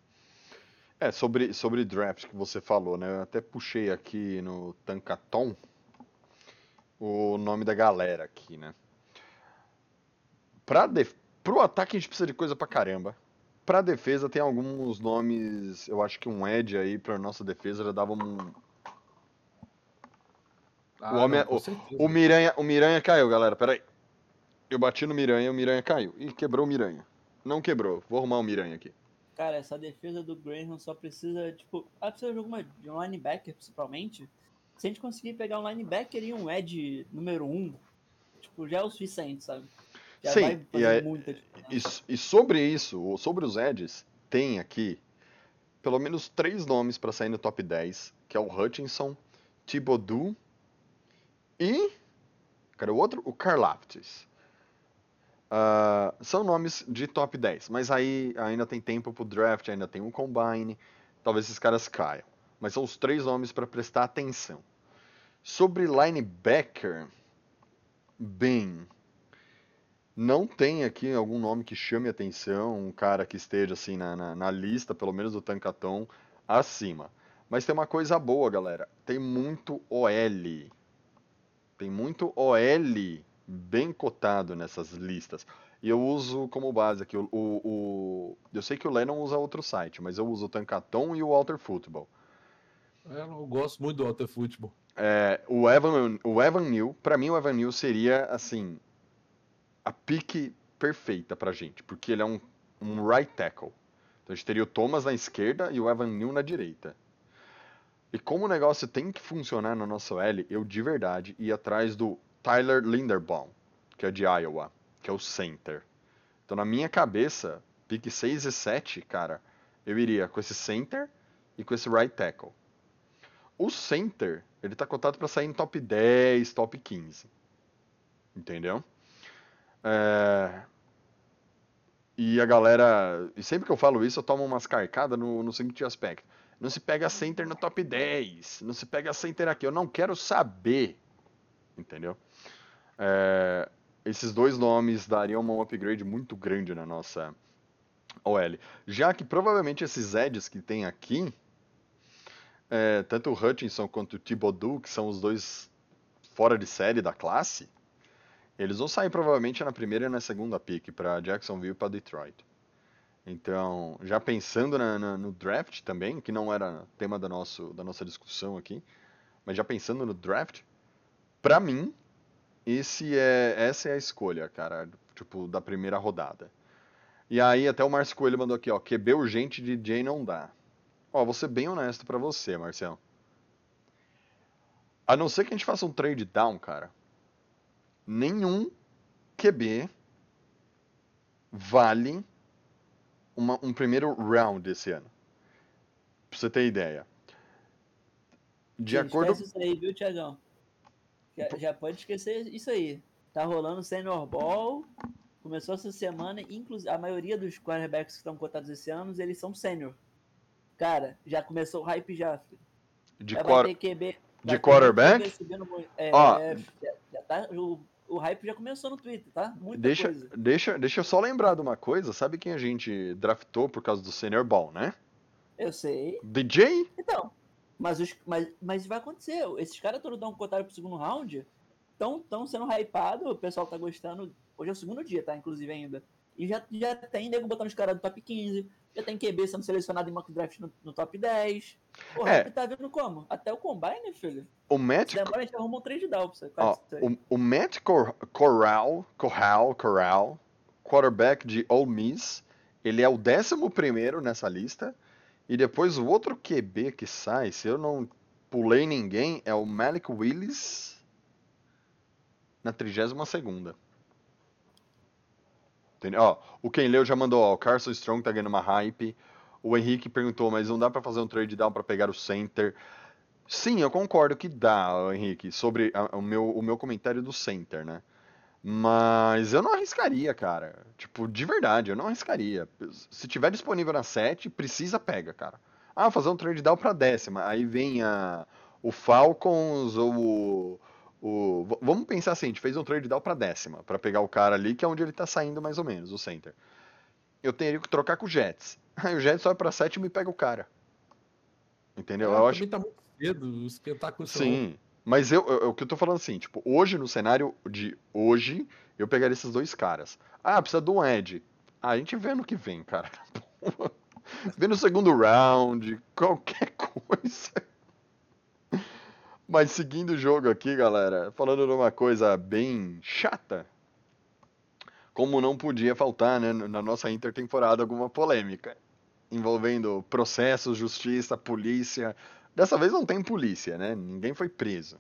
[SPEAKER 2] Sobre draft que você falou, né? Eu até puxei aqui no Tankaton o nome da galera aqui, né? Pro ataque a gente precisa de coisa pra caramba. Pra defesa tem alguns nomes, eu acho que um edge aí pra nossa defesa já dava um... O Miranha caiu, galera, peraí. Eu bati no Miranha, o Miranha caiu. Ih, quebrou o Miranha. Não quebrou, vou arrumar o Miranha aqui.
[SPEAKER 4] Cara, essa defesa do Graham só precisa, tipo, ela precisa de um linebacker, principalmente. Se a gente conseguir pegar um linebacker e um edge número 1, tipo, já é o suficiente, sabe? Já
[SPEAKER 2] Sim,
[SPEAKER 4] vai fazer muita diferença.
[SPEAKER 2] E sobre isso, sobre os edges, tem aqui pelo menos 3 nomes pra sair no top 10, que é o Hutchinson, Thibodeau e... Cadê o outro? O Karlaftis. São nomes de top 10, mas aí ainda tem tempo pro draft, ainda tem um combine, talvez esses caras caiam. Mas são os 3 nomes para prestar atenção. Sobre linebacker, bem, não tem aqui algum nome que chame atenção, um cara que esteja assim na lista, pelo menos do Tankaton, acima. Mas tem uma coisa boa, galera, tem muito OL. Tem muito OL bem cotado nessas listas. E eu uso como base aqui eu sei que o Lennon usa outro site, mas eu uso o Tankaton e o Walter Football.
[SPEAKER 3] Eu gosto muito do Walter Futebol.
[SPEAKER 2] O Evan Neal, pra mim o Evan Neal seria, assim, a pique perfeita pra gente, porque ele é um right tackle. Então a gente teria o Thomas na esquerda e o Evan Neal na direita. E como o negócio tem que funcionar na nossa OL, eu de verdade ia atrás do Tyler Linderbaum, que é de Iowa, que é o center. Então na minha cabeça, pique 6 e 7, cara, eu iria com esse center e com esse right tackle. O center, ele tá cotado pra sair em top 10, top 15. Entendeu? É, E a galera. E sempre que eu falo isso, eu tomo umas carcadas no seguinte aspecto. Não se pega center no top 10. Não se pega center aqui. Eu não quero saber. Entendeu? É, Esses dois nomes dariam um upgrade muito grande na nossa OL. Já que provavelmente esses edges que tem aqui, tanto o Hutchinson quanto o Thibodeau, que são os dois fora de série da classe, eles vão sair provavelmente na primeira e na segunda pick para Jacksonville e para Detroit. Então, já pensando no draft também, que não era tema da nossa discussão aqui, mas já pensando no draft, pra mim, essa é a escolha, cara, tipo, da primeira rodada. E aí, até o Márcio Coelho mandou aqui, ó, QB urgente de Jay não dá. Ó, vou ser bem honesto pra você, Marcelo. A não ser que a gente faça um trade down, cara, nenhum QB vale um primeiro round esse ano. Pra você ter ideia. De
[SPEAKER 4] Sim,
[SPEAKER 2] acordo.
[SPEAKER 4] esquece isso aí, viu, Thiagão? Já pode esquecer isso aí. Tá rolando Senior Ball. Começou essa semana. Inclusive, a maioria dos quarterbacks que estão cotados esse ano, eles são sênior. Cara, já começou o hype já, filho.
[SPEAKER 2] De,
[SPEAKER 4] Vai
[SPEAKER 2] quar-
[SPEAKER 4] ter QB.
[SPEAKER 2] de
[SPEAKER 4] Vai ter muito QB
[SPEAKER 2] quarterback?
[SPEAKER 4] subindo muito.
[SPEAKER 2] Ó,
[SPEAKER 4] Já tá, o hype já começou no Twitter, tá? Muita
[SPEAKER 2] deixa,
[SPEAKER 4] coisa.
[SPEAKER 2] deixa, deixa eu só lembrar de uma coisa. Sabe quem a gente draftou por causa do Senior Ball, né?
[SPEAKER 4] Eu sei.
[SPEAKER 2] DJ?
[SPEAKER 4] Então, mas vai acontecer. Esses caras todos dão um cotário pro segundo round. Estão sendo hypados, o pessoal tá gostando. Hoje é o segundo dia, tá? Inclusive ainda. E já tem nego botando os caras do top 15. Já tem QB sendo selecionado em mock draft no top 10. O hype
[SPEAKER 2] É,
[SPEAKER 4] tá vindo como? Até o Combine, filho.
[SPEAKER 2] o
[SPEAKER 4] Se
[SPEAKER 2] Matt,
[SPEAKER 4] demora, a gente arruma um trade down pra você.
[SPEAKER 2] ó, o Matt Corral, quarterback de Ole Miss, ele é o 11º nessa lista. E depois o outro QB que sai, se eu não pulei ninguém, é o Malik Willis na 32ª. Entendeu? Ó, o Ken Leu já mandou, ó, o Carson Strong tá ganhando uma hype. O Henrique perguntou, mas não dá pra fazer um trade down pra pegar o center? Sim, eu concordo que dá, Henrique, sobre o meu comentário do center, né? Mas eu não arriscaria, cara. Tipo, de verdade, eu não arriscaria. Se tiver disponível na 7, precisa, pega, cara. Ah, fazer um trade down pra 10ª. Aí vem o Falcons ou vamos pensar assim, a gente fez um trade down pra 10ª, pra pegar o cara ali, que é onde ele tá saindo mais ou menos, o center. Eu teria que trocar com o Jets. Aí o Jets sobe pra 7ª e pega o cara. Entendeu? Eu acho.
[SPEAKER 3] Também tá muito cedo esquentar com isso não.
[SPEAKER 2] Sim. Mas o que eu tô falando assim, tipo, hoje, no cenário de hoje, eu pegaria esses dois caras. Ah, precisa de um Ed. Ah, a gente vê no que vem, cara. Vê no segundo round, qualquer coisa. Mas seguindo o jogo aqui, galera, falando de uma coisa bem chata, como não podia faltar, né, na nossa intertemporada alguma polêmica envolvendo processos, justiça, polícia. Dessa vez não tem polícia, né? Ninguém foi preso.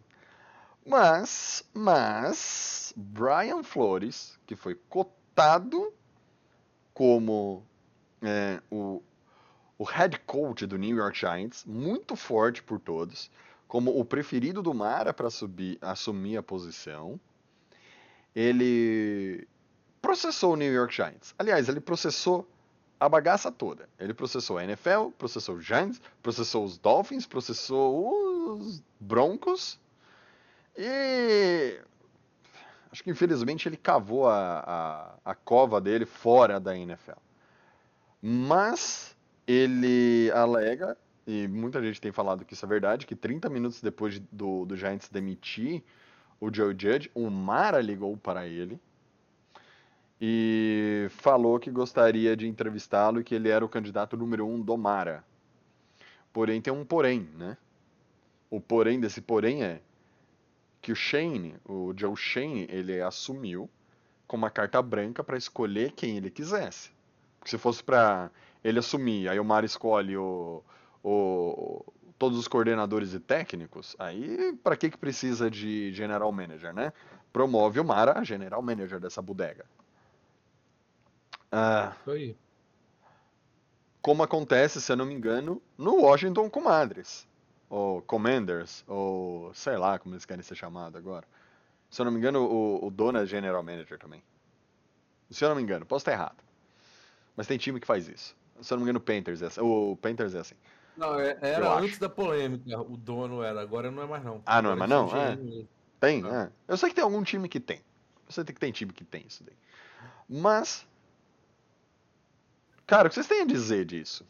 [SPEAKER 2] Mas Brian Flores, que foi cotado como o head coach do New York Giants, muito forte por todos, como o preferido do Mara para assumir a posição, ele processou o New York Giants. Aliás, ele processou a bagaça toda. Ele processou a NFL, processou os Giants, processou os Dolphins, processou os Broncos e acho que infelizmente ele cavou a cova dele fora da NFL. Mas ele alega, e muita gente tem falado que isso é verdade, que 30 minutos depois do Giants demitir o Joe Judge, o Mara ligou para ele e falou que gostaria de entrevistá-lo e que ele era o candidato número 1 do Mara. Porém, tem um porém, né? O porém desse porém é que o Joe Shane, ele assumiu com uma carta branca para escolher quem ele quisesse. Porque se fosse para ele assumir, aí o Mara escolhe o- todos os coordenadores e técnicos, aí para que precisa de general manager, né? Promove o Mara a general manager dessa bodega. Ah,
[SPEAKER 3] Isso aí.
[SPEAKER 2] como acontece, se eu não me engano, no Washington Commanders, ou Commanders, ou sei lá como eles querem ser chamados agora. Se eu não me engano, o dono é general manager também. Se eu não me engano, posso estar errado. Mas tem time que faz isso. Se eu não me engano, o Panthers é assim,
[SPEAKER 3] Não,
[SPEAKER 2] eu
[SPEAKER 3] era antes
[SPEAKER 2] acho.
[SPEAKER 3] da polêmica, o dono era, agora não é mais não.
[SPEAKER 2] Ah, não é
[SPEAKER 3] Agora
[SPEAKER 2] mais
[SPEAKER 3] eles são
[SPEAKER 2] não? É,
[SPEAKER 3] GM mesmo.
[SPEAKER 2] tem,
[SPEAKER 3] Ah.
[SPEAKER 2] é. Eu sei que tem algum time que tem. Eu sei que tem time que tem isso daí. Mas, cara, o que vocês têm a dizer disso?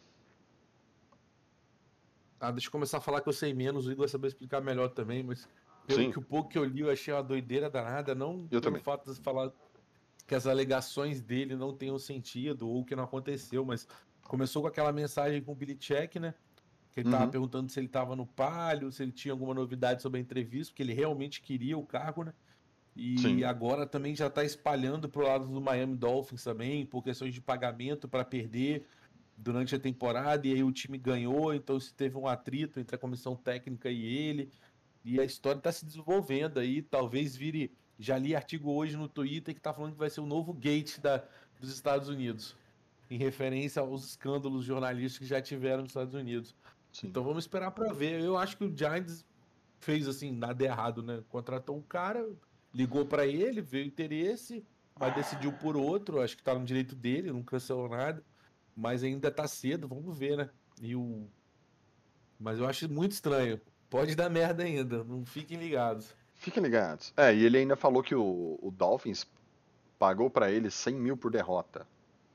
[SPEAKER 3] Deixa eu começar a falar que eu sei menos, o Igor vai saber explicar melhor também, mas pelo
[SPEAKER 2] Sim,
[SPEAKER 3] que o pouco que eu li, eu achei uma doideira danada, não
[SPEAKER 2] eu
[SPEAKER 3] pelo
[SPEAKER 2] também.
[SPEAKER 3] fato de falar que as alegações dele não tenham sentido ou que não aconteceu, mas começou com aquela mensagem com o Belichick, né? Que ele tava
[SPEAKER 2] Uhum,
[SPEAKER 3] perguntando se ele tava no palio, se ele tinha alguma novidade sobre a entrevista, porque ele realmente queria o cargo, né? E
[SPEAKER 2] sim,
[SPEAKER 3] agora também já tá espalhando pro lado do Miami Dolphins também, por questões de pagamento para perder durante a temporada, e aí o time ganhou, então se teve um atrito entre a comissão técnica e ele, e a história está se desenvolvendo aí, talvez vire. Já li artigo hoje no Twitter que tá falando que vai ser o novo Gate dos Estados Unidos, em referência aos escândalos jornalísticos que já tiveram nos Estados Unidos.
[SPEAKER 2] sim.
[SPEAKER 3] Então vamos esperar para ver. Eu acho que o Giants fez assim, nada errado, né? Contratou um cara, ligou para ele, veio interesse, mas decidiu por outro, acho que tá no direito dele, não cancelou nada, mas ainda tá cedo, vamos ver, né? Mas eu acho muito estranho. Pode dar merda ainda, não fiquem ligados.
[SPEAKER 2] Fiquem ligados. É, e ele ainda falou que o Dolphins pagou pra ele 100 mil por derrota.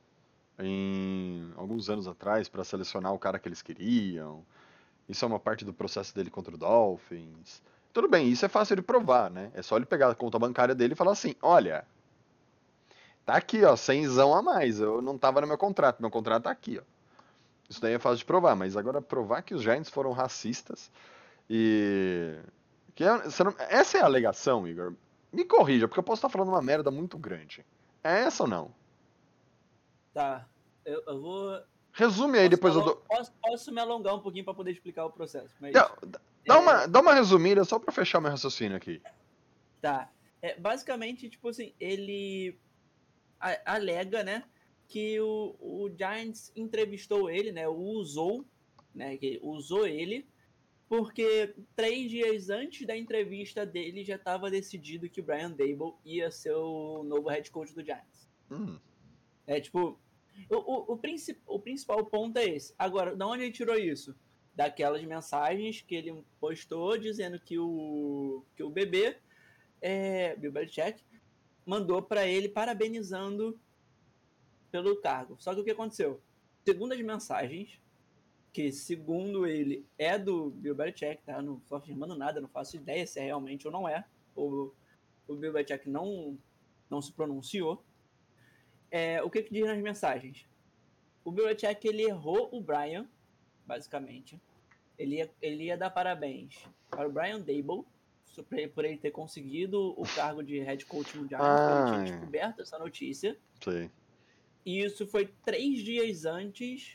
[SPEAKER 2] Em alguns anos atrás, pra selecionar o cara que eles queriam. Isso é uma parte do processo dele contra o Dolphins. Tudo bem, isso é fácil de provar, né? É só ele pegar a conta bancária dele e falar assim: olha, tá aqui, ó, 100zão a mais. Eu não tava no meu contrato tá aqui, ó. Isso daí é fácil de provar, mas agora provar que os Giants foram racistas e. Essa é a alegação, Igor. Me corrija, porque eu posso estar falando uma merda muito grande. É essa ou não?
[SPEAKER 4] Tá. Eu vou.
[SPEAKER 2] Resume aí, depois eu dou.
[SPEAKER 4] Posso me alongar um pouquinho para poder explicar o processo,
[SPEAKER 2] Dá,
[SPEAKER 4] mas.
[SPEAKER 2] dá uma resumida só pra fechar meu raciocínio aqui.
[SPEAKER 4] Tá. Basicamente, tipo assim, ele alega, né, que o Giants entrevistou ele, né, usou, né, que usou ele, porque 3 dias antes da entrevista dele já estava decidido que o Brian Daboll ia ser o novo head coach do Giants.
[SPEAKER 2] Hum,
[SPEAKER 4] Tipo, o principal ponto é esse. Agora, de onde ele tirou isso? Daquelas mensagens que ele postou dizendo que o bebê, Bill Belichick, mandou para ele parabenizando pelo cargo. Só que o que aconteceu? Segundo as mensagens, que segundo ele é do Bill Belichick, tá? Não estou afirmando nada, não faço ideia se é realmente ou não é. O Bill Belichick não se pronunciou. O que diz nas mensagens? O Bill Belichick, ele errou o Brian, basicamente. Ele ia dar parabéns para o Brian Daboll por ele ter conseguido o cargo de head coach no Giants, porque ele tinha
[SPEAKER 2] é.
[SPEAKER 4] descoberto essa notícia.
[SPEAKER 2] Sei.
[SPEAKER 4] E isso foi 3 dias antes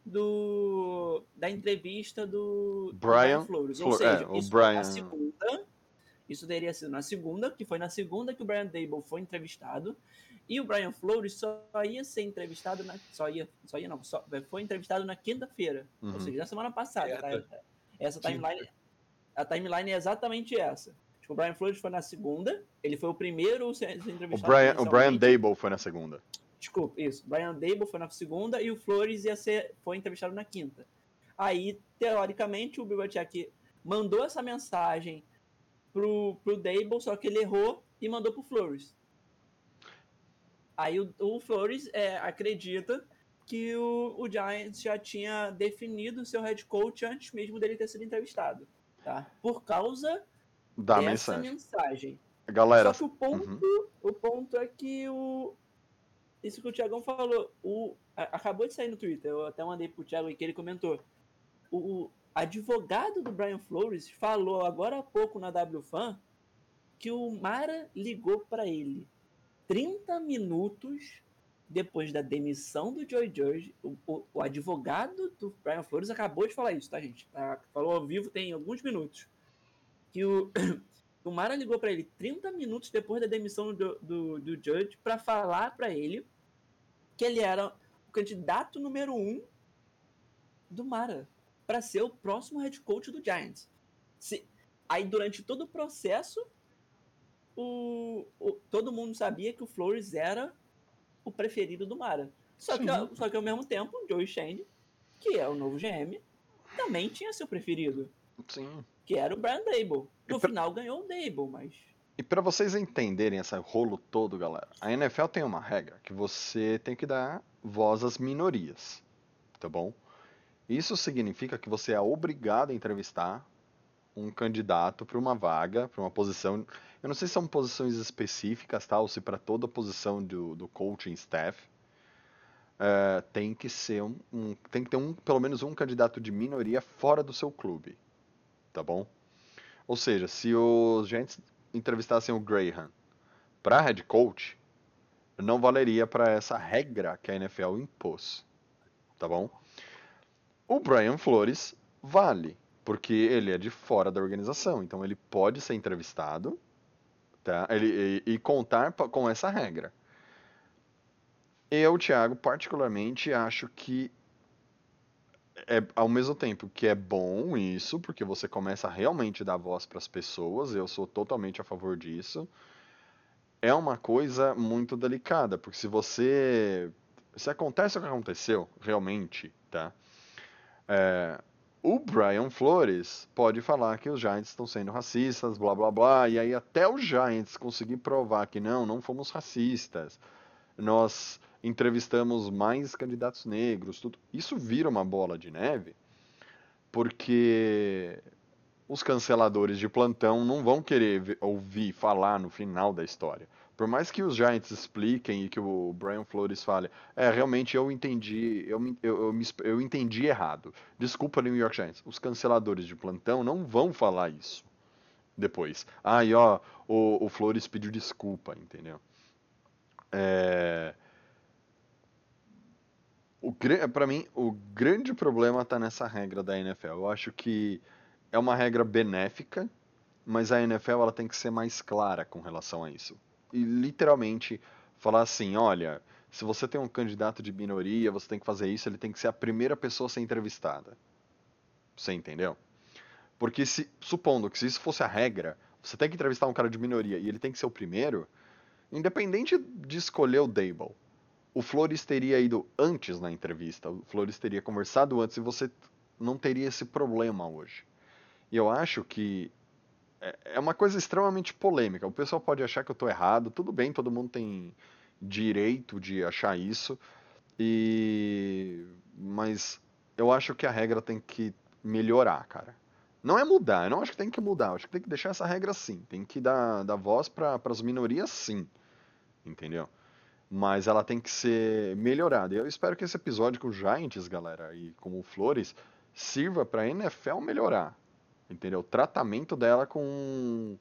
[SPEAKER 4] da entrevista do Brian Flores. Ou seja,
[SPEAKER 2] O
[SPEAKER 4] isso foi na
[SPEAKER 2] Brian.
[SPEAKER 4] segunda. Isso teria sido na segunda, que foi na segunda que o Brian Daboll foi entrevistado. E o Brian Flores só ia ser entrevistado foi entrevistado na quinta-feira. Ou
[SPEAKER 2] Uhum.
[SPEAKER 4] seja, na semana passada. Tá? Essa
[SPEAKER 3] Tinha-
[SPEAKER 4] a timeline é exatamente essa. Tipo, o Brian Flores foi na segunda, ele foi o primeiro a ser entrevistado
[SPEAKER 2] O Brian
[SPEAKER 4] presencialmente.
[SPEAKER 2] Daboll foi na segunda.
[SPEAKER 4] Desculpa, isso. Brian Daboll foi na segunda e o Flores foi entrevistado na quinta. Aí, teoricamente, o Bill Belichick mandou essa mensagem pro Daboll, só que ele errou e mandou pro Flores. Aí o Flores acredita que o Giants já tinha definido o seu head coach antes mesmo dele ter sido entrevistado, tá? Por causa
[SPEAKER 2] Da
[SPEAKER 4] dessa
[SPEAKER 2] mensagem.
[SPEAKER 4] mensagem.
[SPEAKER 2] Galera.
[SPEAKER 4] Só que o ponto é que isso que o Thiagão falou, acabou de sair no Twitter, eu até mandei pro Thiago e que ele comentou. advogado do Brian Flores falou agora há pouco na WFAN que o Mara ligou para ele 30 minutos depois da demissão do Joey Judge. O advogado do Brian Flores acabou de falar isso, tá, gente? Falou ao vivo tem alguns minutos. Que o Mara ligou para ele 30 minutos depois da demissão do Judge para falar para ele que ele era o candidato número 1 do Mara para ser o próximo head coach do Giants. Aí, durante todo o processo, todo mundo sabia que o Flores era o preferido do Mara. Só que ao mesmo tempo, o Joe Shane, que é o novo GM, também tinha seu preferido.
[SPEAKER 2] Sim.
[SPEAKER 4] Que era o Brian Daboll. No final ganhou o Daboll, mas...
[SPEAKER 2] E para vocês entenderem esse rolo todo, galera, a NFL tem uma regra que você tem que dar voz às minorias, tá bom? Isso significa que você é obrigado a entrevistar um candidato para uma vaga, para uma posição. Eu não sei se são posições específicas, tá? Ou se para toda posição do coaching staff tem que ser tem que ter pelo menos um candidato de minoria fora do seu clube, tá bom? Ou seja, se os Giants entrevistassem o Graham para head coach, não valeria para essa regra que a NFL impôs, tá bom? O Brian Flores vale, porque ele é de fora da organização, então ele pode ser entrevistado, tá? E contar com essa regra. Eu, Thiago, particularmente acho que ao mesmo tempo que é bom isso, porque você começa a realmente dar voz para as pessoas, eu sou totalmente a favor disso. É uma coisa muito delicada, porque se acontece o que aconteceu, realmente, tá? O Brian Flores pode falar que os Giants estão sendo racistas, blá blá blá, e aí até os Giants conseguir provar que não fomos racistas, nós entrevistamos mais candidatos negros, tudo. Isso vira uma bola de neve, porque os canceladores de plantão não vão querer ouvir falar no final da história. Por mais que os Giants expliquem e que o Brian Flores fale, realmente eu entendi, eu entendi errado. Desculpa, New York Giants. Os canceladores de plantão não vão falar isso depois. O Flores pediu desculpa, entendeu? Para mim, o grande problema está nessa regra da NFL. Eu acho que é uma regra benéfica, mas a NFL ela tem que ser mais clara com relação a isso. E literalmente falar assim, olha, se você tem um candidato de minoria, você tem que fazer isso, ele tem que ser a primeira pessoa a ser entrevistada. Você entendeu? Porque supondo que se isso fosse a regra, você tem que entrevistar um cara de minoria e ele tem que ser o primeiro, independente de escolher o Daboll, o Flores teria ido antes na entrevista, o Flores teria conversado antes e você não teria esse problema hoje. E eu acho que é uma coisa extremamente polêmica. O pessoal pode achar que eu estou errado, tudo bem, todo mundo tem direito de achar isso, mas eu acho que a regra tem que melhorar, cara. Não é mudar, eu não acho que tem que mudar, eu acho que tem que deixar essa regra sim, tem que dar voz para as minorias sim, entendeu? Mas ela tem que ser melhorada. E eu espero que esse episódio com o Giants, galera, e com o Flores, sirva para a NFL melhorar. Entendeu? O tratamento dela com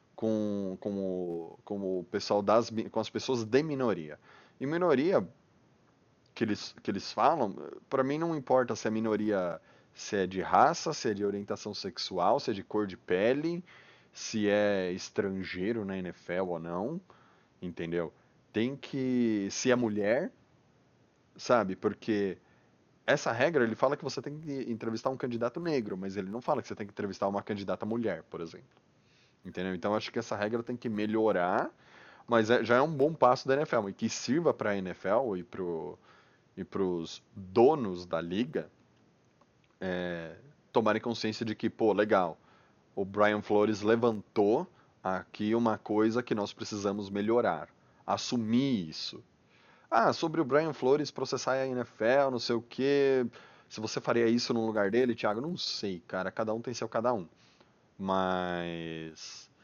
[SPEAKER 2] o pessoal com as pessoas de minoria. E minoria que eles falam, para mim não importa se é minoria, se é de raça, se é de orientação sexual, se é de cor de pele, se é estrangeiro na NFL ou não, entendeu? Se é mulher, sabe? Porque essa regra, ele fala que você tem que entrevistar um candidato negro, mas ele não fala que você tem que entrevistar uma candidata mulher, por exemplo. Entendeu? Então acho que essa regra tem que melhorar, mas já é um bom passo da NFL, e que sirva para a NFL e pros donos da liga tomarem consciência de que, pô, legal, o Brian Flores levantou aqui uma coisa que nós precisamos melhorar. Assumir isso. Sobre o Brian Flores processar a NFL, não sei o quê. Se você faria isso no lugar dele, Thiago, não sei, cara. Cada um tem seu cada um. Mas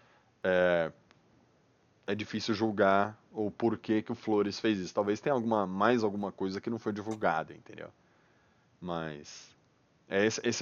[SPEAKER 2] é difícil julgar o porquê que o Flores fez isso. Talvez tenha mais alguma coisa que não foi divulgada, entendeu? Mas Esse é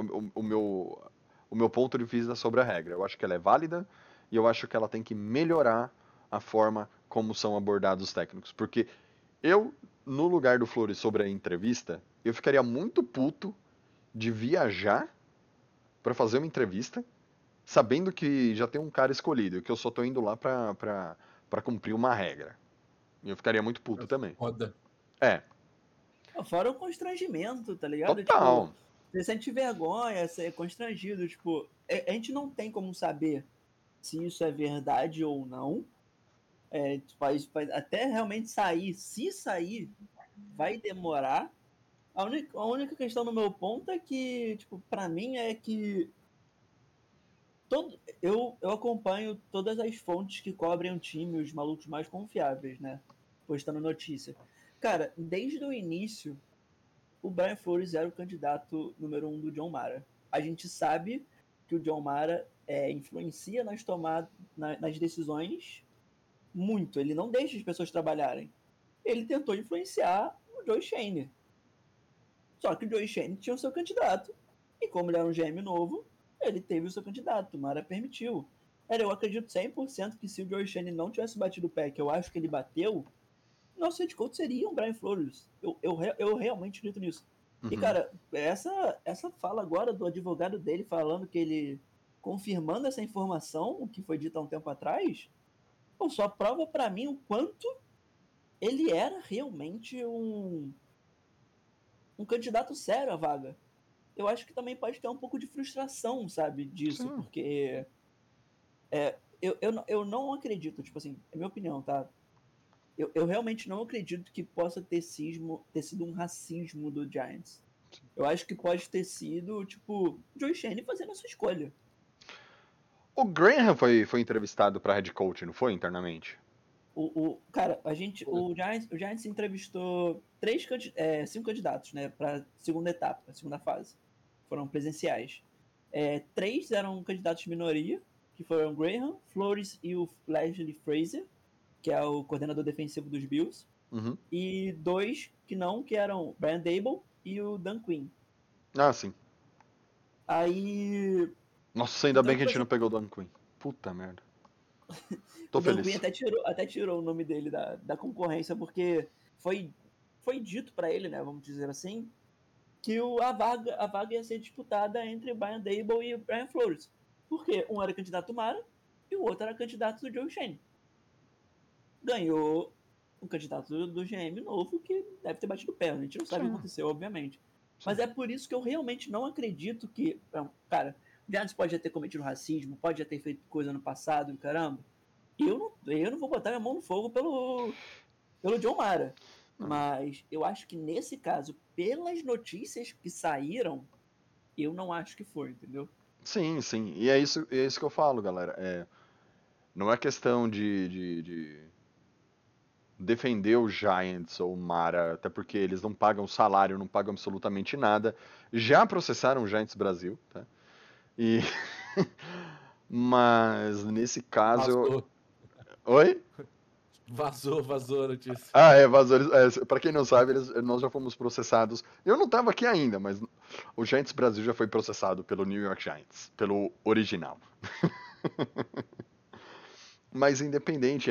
[SPEAKER 2] o meu ponto de vista sobre a regra. Eu acho que ela é válida e eu acho que ela tem que melhorar a forma como são abordados os técnicos. Porque eu, no lugar do Flores sobre a entrevista, eu ficaria muito puto de viajar pra fazer uma entrevista, sabendo que já tem um cara escolhido, e que eu só tô indo lá pra cumprir uma regra. E eu ficaria muito puto também.
[SPEAKER 3] Foda.
[SPEAKER 2] É,
[SPEAKER 4] Fora o constrangimento, tá ligado? Tipo,
[SPEAKER 2] total.
[SPEAKER 4] você sente vergonha, você é constrangido. Tipo, a gente não tem como saber se isso é verdade ou não. Até realmente sair, se sair, vai demorar. A única questão no meu ponto é que, tipo, pra mim é que eu acompanho todas as fontes que cobrem o time, os malucos mais confiáveis, né? Postando notícia. Cara, desde o início, o Brian Flores era o candidato número 1 do John Mara. A gente sabe que o John Mara influencia nas decisões muito. Ele não deixa as pessoas trabalharem. Ele tentou influenciar o Joe Shane. Só que o Joe Shane tinha o seu candidato. E como ele era um GM novo, ele teve o seu candidato. O Mara permitiu. Eu acredito 100% que se o Joe Shane não tivesse batido o pé, que eu acho que ele bateu, nosso head coach seria um Brian Flores. Eu realmente acredito nisso. E,
[SPEAKER 2] Uhum.
[SPEAKER 4] cara, essa fala agora do advogado dele falando que ele confirmando essa informação, o que foi dito há um tempo atrás, só prova pra mim o quanto ele era realmente um candidato sério à vaga. Eu acho que também pode ter um pouco de frustração, sabe, disso,
[SPEAKER 2] Sim.
[SPEAKER 4] porque eu não acredito, tipo assim, é minha opinião, tá? Eu realmente não acredito que possa ter sido um racismo do Giants. Eu acho que pode ter sido, tipo, Joe Shane fazendo a sua escolha.
[SPEAKER 2] O Graham foi entrevistado pra head coach, não foi, internamente?
[SPEAKER 4] Cara, o Giants entrevistou 5 candidatos, né, para segunda etapa, segunda fase. Foram presenciais. 3 eram candidatos de minoria, que foram o Graham, Flores e o Leslie Frazier, que é o coordenador defensivo dos Bills.
[SPEAKER 2] Uhum.
[SPEAKER 4] E 2 que eram o Brian Dable e o Dan Quinn.
[SPEAKER 2] Ah, sim.
[SPEAKER 4] Aí.
[SPEAKER 2] Nossa, ainda
[SPEAKER 4] Então,
[SPEAKER 2] bem que a
[SPEAKER 4] tipo
[SPEAKER 2] gente
[SPEAKER 4] assim,
[SPEAKER 2] não pegou o Dan Quinn. Puta merda. Tô
[SPEAKER 4] o Dan Quinn
[SPEAKER 2] feliz.
[SPEAKER 4] até tirou o nome dele da concorrência, porque foi dito pra ele, né, vamos dizer assim, que a vaga ia ser disputada entre o Brian Dable e o Brian Flores. Porque um era candidato Mara e o outro era candidato do Joe Shane. Ganhou o candidato do GM novo, que deve ter batido o pé. A gente não sabe o que
[SPEAKER 2] Sim,
[SPEAKER 4] aconteceu, obviamente. Mas
[SPEAKER 2] sim.
[SPEAKER 4] é por isso que eu realmente não acredito que. Cara, o Giants pode já ter cometido racismo, pode já ter feito coisa no passado, caramba. Eu não vou botar minha mão no fogo pelo John Mara.
[SPEAKER 2] Não.
[SPEAKER 4] Mas eu acho que nesse caso, pelas notícias que saíram, eu não acho que foi, entendeu?
[SPEAKER 2] Sim, sim. E é isso que eu falo, galera. Não é questão de defender o Giants ou o Mara, até porque eles não pagam salário, não pagam absolutamente nada. Já processaram o Giants Brasil, tá? E mas nesse caso,
[SPEAKER 3] Vazou.
[SPEAKER 2] oi?
[SPEAKER 3] Vazou a notícia.
[SPEAKER 2] Ah, é, vazou. Pra quem não sabe, nós já fomos processados. Eu não tava aqui ainda, mas o Giants Brasil já foi processado pelo New York Giants, pelo original. Mas independente,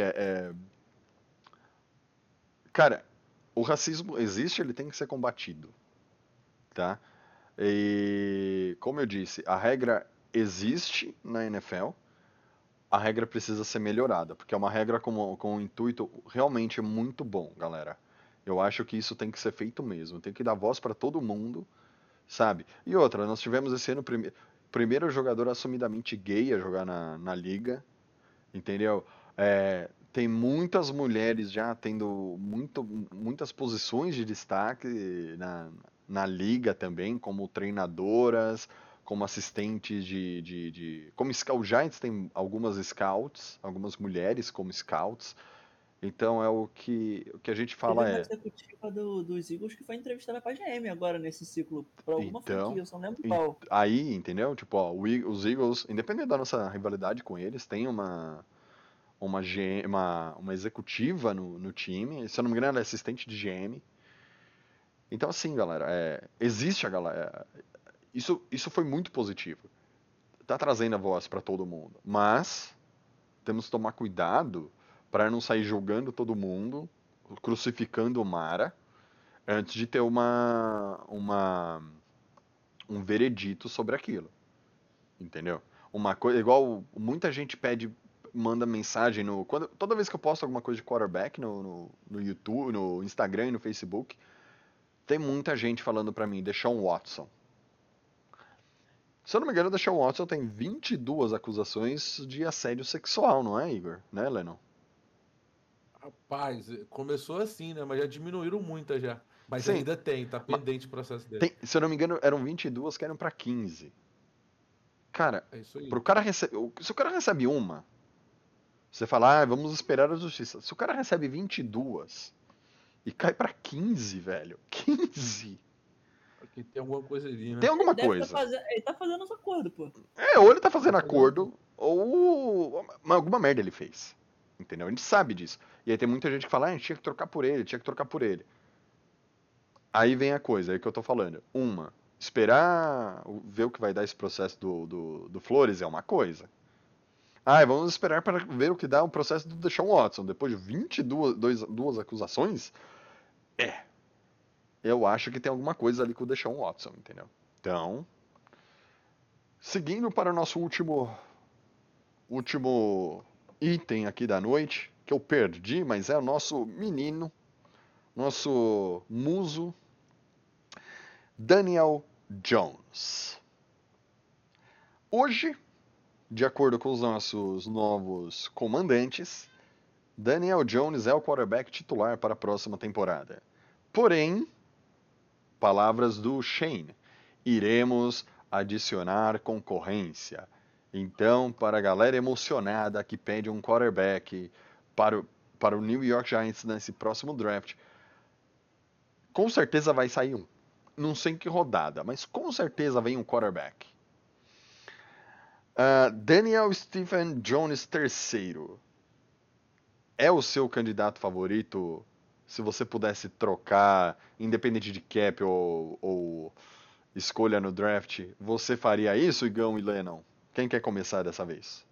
[SPEAKER 2] cara, o racismo existe, ele tem que ser combatido, tá? E, como eu disse, a regra existe na NFL, a regra precisa ser melhorada, porque é uma regra com um intuito realmente muito bom, galera. Eu acho que isso tem que ser feito mesmo, tem que dar voz para todo mundo, sabe? E outra, nós tivemos esse ano o primeiro jogador assumidamente gay a jogar na liga, entendeu? Tem muitas mulheres já tendo muitas posições de destaque na liga também, como treinadoras, como assistentes como o Giants tem algumas scouts, algumas mulheres como scouts. Então o que a gente
[SPEAKER 4] Teve
[SPEAKER 2] fala
[SPEAKER 4] uma
[SPEAKER 2] é,
[SPEAKER 4] executiva dos Eagles que foi entrevistada pra GM agora nesse ciclo, por alguma
[SPEAKER 2] então,
[SPEAKER 4] franquia, eu só não lembro
[SPEAKER 2] en-
[SPEAKER 4] qual.
[SPEAKER 2] aí, entendeu? Tipo, ó, os Eagles, independente da nossa rivalidade com eles, tem uma executiva no time. Se eu não me engano, ela é assistente de GM. Então, assim, galera, existe a galera. isso foi muito positivo. Tá trazendo a voz pra todo mundo. Mas temos que tomar cuidado para não sair julgando todo mundo, crucificando o Mara, antes de ter um veredito sobre aquilo. Entendeu? Uma coisa, igual muita gente manda mensagem toda vez que eu posto alguma coisa de quarterback no YouTube, no Instagram e no Facebook, tem muita gente falando pra mim, Deshaun Watson. Se eu não me engano, Deshaun Watson tem 22 acusações de assédio sexual, não é, Igor? Né, Lennon?
[SPEAKER 3] Rapaz, começou assim, né? Mas já diminuíram muitas já. Mas
[SPEAKER 2] Sim,
[SPEAKER 3] ainda tá pendente o processo dele.
[SPEAKER 2] se eu não me engano, eram 22 que eram pra 15. Cara,
[SPEAKER 3] É isso aí.
[SPEAKER 2] se o cara recebe uma, você fala, vamos esperar a justiça. Se o cara recebe 22 e cai pra 15, velho, 15,
[SPEAKER 3] Porque tem alguma coisa ali,
[SPEAKER 2] tem
[SPEAKER 3] né?
[SPEAKER 2] alguma
[SPEAKER 4] Ele
[SPEAKER 2] coisa.
[SPEAKER 4] tá fazendo os acordos, pô.
[SPEAKER 2] Ou ele tá fazendo
[SPEAKER 3] Tá fazendo
[SPEAKER 2] acordo, ou alguma merda ele fez. Entendeu? A gente sabe disso. E aí tem muita gente que fala, a gente tinha que trocar por ele, tinha que trocar por ele. Aí vem a coisa, aí que eu tô falando. Esperar ver o que vai dar esse processo do Flores é uma coisa. Vamos esperar para ver o que dá o processo do Deshaun Watson. Depois de 22 acusações, eu acho que tem alguma coisa ali com o Deshaun Watson, entendeu? Então, seguindo para o nosso último item aqui da noite, que eu perdi, mas é o nosso menino, nosso muso, Daniel Jones. Hoje, de acordo com os nossos novos comandantes, Daniel Jones é o quarterback titular para a próxima temporada. Porém, palavras do Shane, iremos adicionar concorrência. Então, para a galera emocionada que pede um quarterback para o New York Giants nesse próximo draft, com certeza vai sair um. Não sei em que rodada, mas com certeza vem um quarterback. Daniel Stephen Jones III é o seu candidato favorito? Se você pudesse trocar, independente de cap ou escolha no draft, você faria isso, Igão e Lennon? Quem quer começar dessa vez?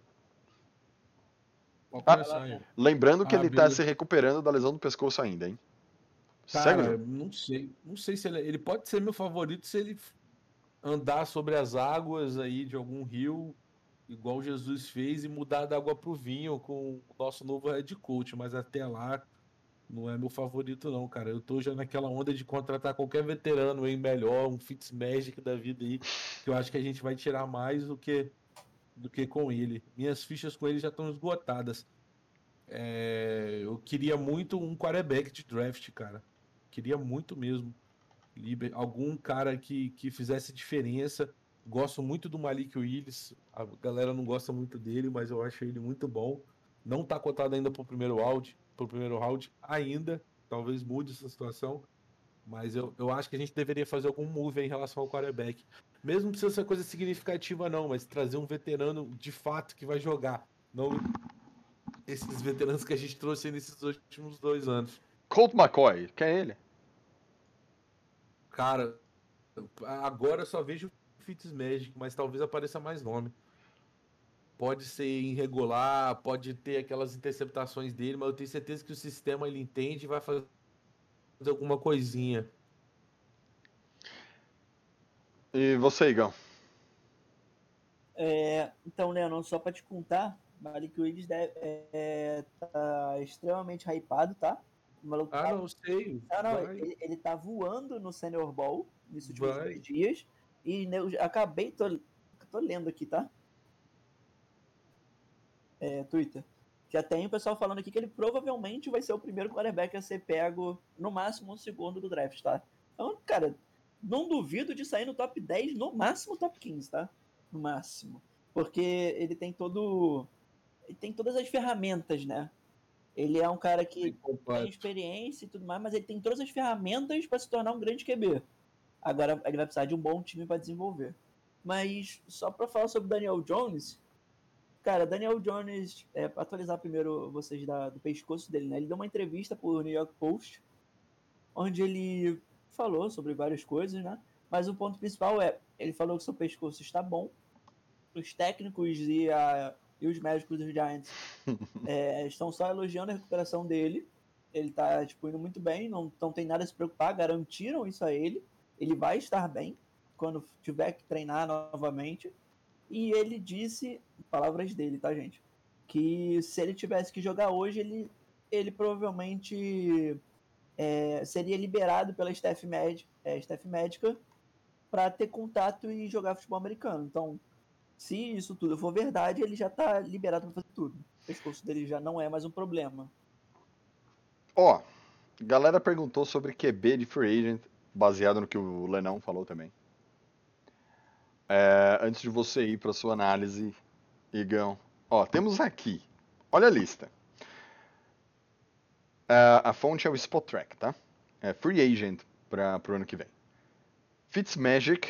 [SPEAKER 3] Pode
[SPEAKER 2] Ah,
[SPEAKER 3] começar aí.
[SPEAKER 2] lembrando que ele tá
[SPEAKER 3] Beleza.
[SPEAKER 2] se recuperando da lesão do pescoço ainda, hein? Segue,
[SPEAKER 3] Cara,
[SPEAKER 2] Igão.
[SPEAKER 3] não sei. Não sei se ele pode ser meu favorito se ele andar sobre as águas aí de algum rio, igual Jesus fez, e mudar da água pro vinho com o nosso novo head coach. Mas até lá, não é meu favorito, não, cara. Eu tô já naquela onda de contratar qualquer veterano aí melhor, um Fitzmagic da vida aí, que eu acho que a gente vai tirar mais do que com ele. Minhas fichas com ele já estão esgotadas. Eu queria muito um quarterback de draft, cara. Queria muito mesmo. Algum cara que fizesse diferença. Gosto muito do Malik Willis. A galera não gosta muito dele, mas eu acho ele muito bom. Não tá cotado ainda pro primeiro round ainda. Talvez mude essa situação. Mas eu acho que a gente deveria fazer algum move aí em relação ao quarterback. Mesmo não precisa ser coisa significativa, não, mas trazer um veterano de fato que vai jogar. Não esses veteranos que a gente trouxe aí nesses últimos 2 anos.
[SPEAKER 2] Colt McCoy, quer ele?
[SPEAKER 3] Cara, agora eu só vejo Fitzmagic, mas talvez apareça mais nome. Pode ser irregular, pode ter aquelas interceptações dele, mas eu tenho certeza que o sistema ele entende e vai fazer alguma coisinha.
[SPEAKER 2] E você, Igão?
[SPEAKER 4] Então, Leandro, só pra te contar, Malik Willis tá extremamente hypado, tá? O maluco
[SPEAKER 3] Ah, não, sei.
[SPEAKER 4] não,
[SPEAKER 3] Vai,
[SPEAKER 4] ele tá voando no Senior Bowl nesses últimos
[SPEAKER 3] vai.
[SPEAKER 4] 2 dias. E eu acabei, tô lendo aqui, tá? Twitter. Já tem o pessoal falando aqui que ele provavelmente vai ser o primeiro quarterback a ser pego, no máximo, um segundo do draft, tá? Então, cara, não duvido de sair no top 10, no máximo top 15, tá? No máximo. Porque ele tem todas as ferramentas, né? Ele é um cara que
[SPEAKER 3] Bem
[SPEAKER 4] tem
[SPEAKER 3] completo.
[SPEAKER 4] experiência e tudo mais, mas ele tem todas as ferramentas para se tornar um grande QB. Agora ele vai precisar de um bom time para desenvolver. Mas só para falar sobre Daniel Jones, cara, Daniel Jones, para atualizar primeiro vocês do pescoço dele, né? Ele deu uma entrevista pro New York Post, onde ele falou sobre várias coisas, né? Mas o ponto principal é, Ele falou que seu pescoço está bom. Os técnicos e os médicos dos Giants estão só elogiando a recuperação dele. Ele tá indo muito bem, não tem nada a se preocupar, garantiram isso a ele. Ele vai estar bem quando tiver que treinar novamente. E ele disse, palavras dele, tá, gente? Que se ele tivesse que jogar hoje, ele provavelmente seria liberado pela staff médica para ter contato e jogar futebol americano. Então, se isso tudo for verdade, ele já tá liberado para fazer tudo. O pescoço dele já não é mais um problema.
[SPEAKER 2] Ó, galera perguntou sobre QB de free agent, baseado no que o Lenão falou também. Antes de você ir para sua análise, Igão, ó, temos aqui, olha a lista. A fonte é o Spotrac, tá? É free agent para o ano que vem. Fitzmagic,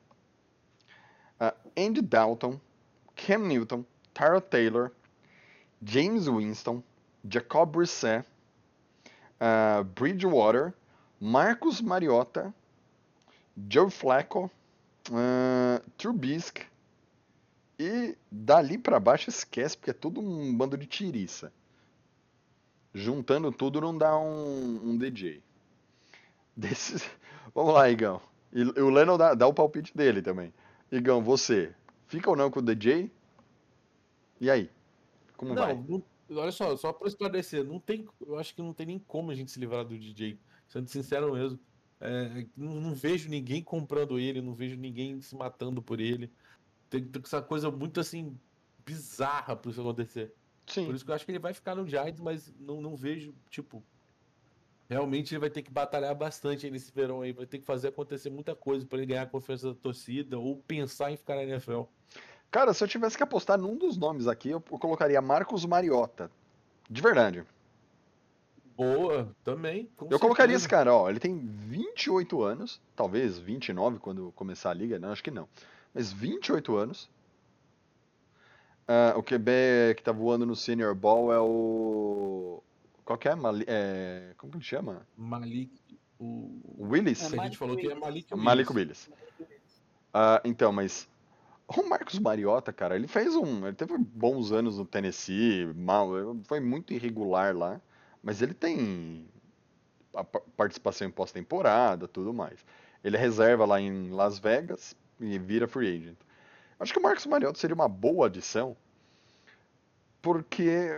[SPEAKER 2] Andy Dalton, Cam Newton, Tyrod Taylor, James Winston, Jacob Brissett, Bridgewater, Marcus Mariota, Joe Flacco, Trubisky, e dali pra baixo esquece, porque é tudo um bando de tiriça. Juntando tudo não dá um DJ. Vamos lá, Igão. E o Lennon dá o palpite dele também. Igão, você fica ou não com o DJ? E aí? Como vai?
[SPEAKER 3] Não, olha só pra esclarecer, eu acho que não tem nem como a gente se livrar do DJ, sendo sincero mesmo. Não vejo ninguém comprando ele, não vejo ninguém se matando por ele. Tem essa coisa muito assim, bizarra pra isso acontecer.
[SPEAKER 2] Sim.
[SPEAKER 3] Por isso que eu acho que ele vai ficar no Giants, mas não vejo, tipo. Realmente ele vai ter que batalhar bastante aí nesse verão aí, vai ter que fazer acontecer muita coisa pra ele ganhar a confiança da torcida ou pensar em ficar na NFL.
[SPEAKER 2] Cara, se eu tivesse que apostar num dos nomes aqui, eu colocaria Marcus Mariota. De verdade.
[SPEAKER 3] Boa, também, com
[SPEAKER 2] Eu colocaria
[SPEAKER 3] certeza.
[SPEAKER 2] esse cara, ó. Ele tem 28 anos, talvez 29 quando começar a liga, não, acho que não. Mas 28 anos. O QB que tá voando no Senior Ball é o. Qual que é? Como que ele chama?
[SPEAKER 3] Malik,
[SPEAKER 2] Willis?
[SPEAKER 3] que a gente falou que é Malik
[SPEAKER 2] Malik
[SPEAKER 3] Willis.
[SPEAKER 2] Willis. Então, mas o Marcus Mariota, cara, ele teve bons anos no Tennessee, foi muito irregular lá, mas ele tem a participação em pós-temporada, tudo mais. Ele é reserva lá em Las Vegas e vira free agent. Acho que o Marcus Mariota seria uma boa adição, porque,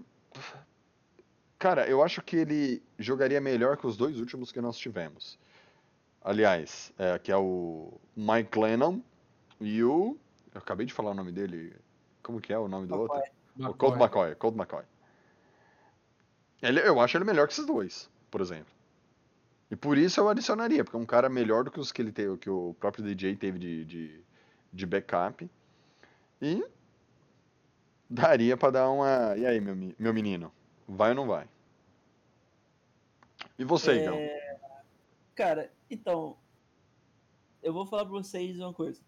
[SPEAKER 2] cara, eu acho que ele jogaria melhor que os dois últimos que nós tivemos. Aliás, que é o Mike Lennon e eu acabei de falar o nome dele. Como que é o nome do outro? O Colt McCoy. Eu acho ele melhor que esses dois, por exemplo. E por isso eu adicionaria, porque é um cara melhor do que os que ele teve, que o próprio DJ teve de backup. E daria pra dar uma. E aí, meu menino? Vai ou não vai? E você, Igão?
[SPEAKER 4] Cara, então, eu vou falar pra vocês uma coisa.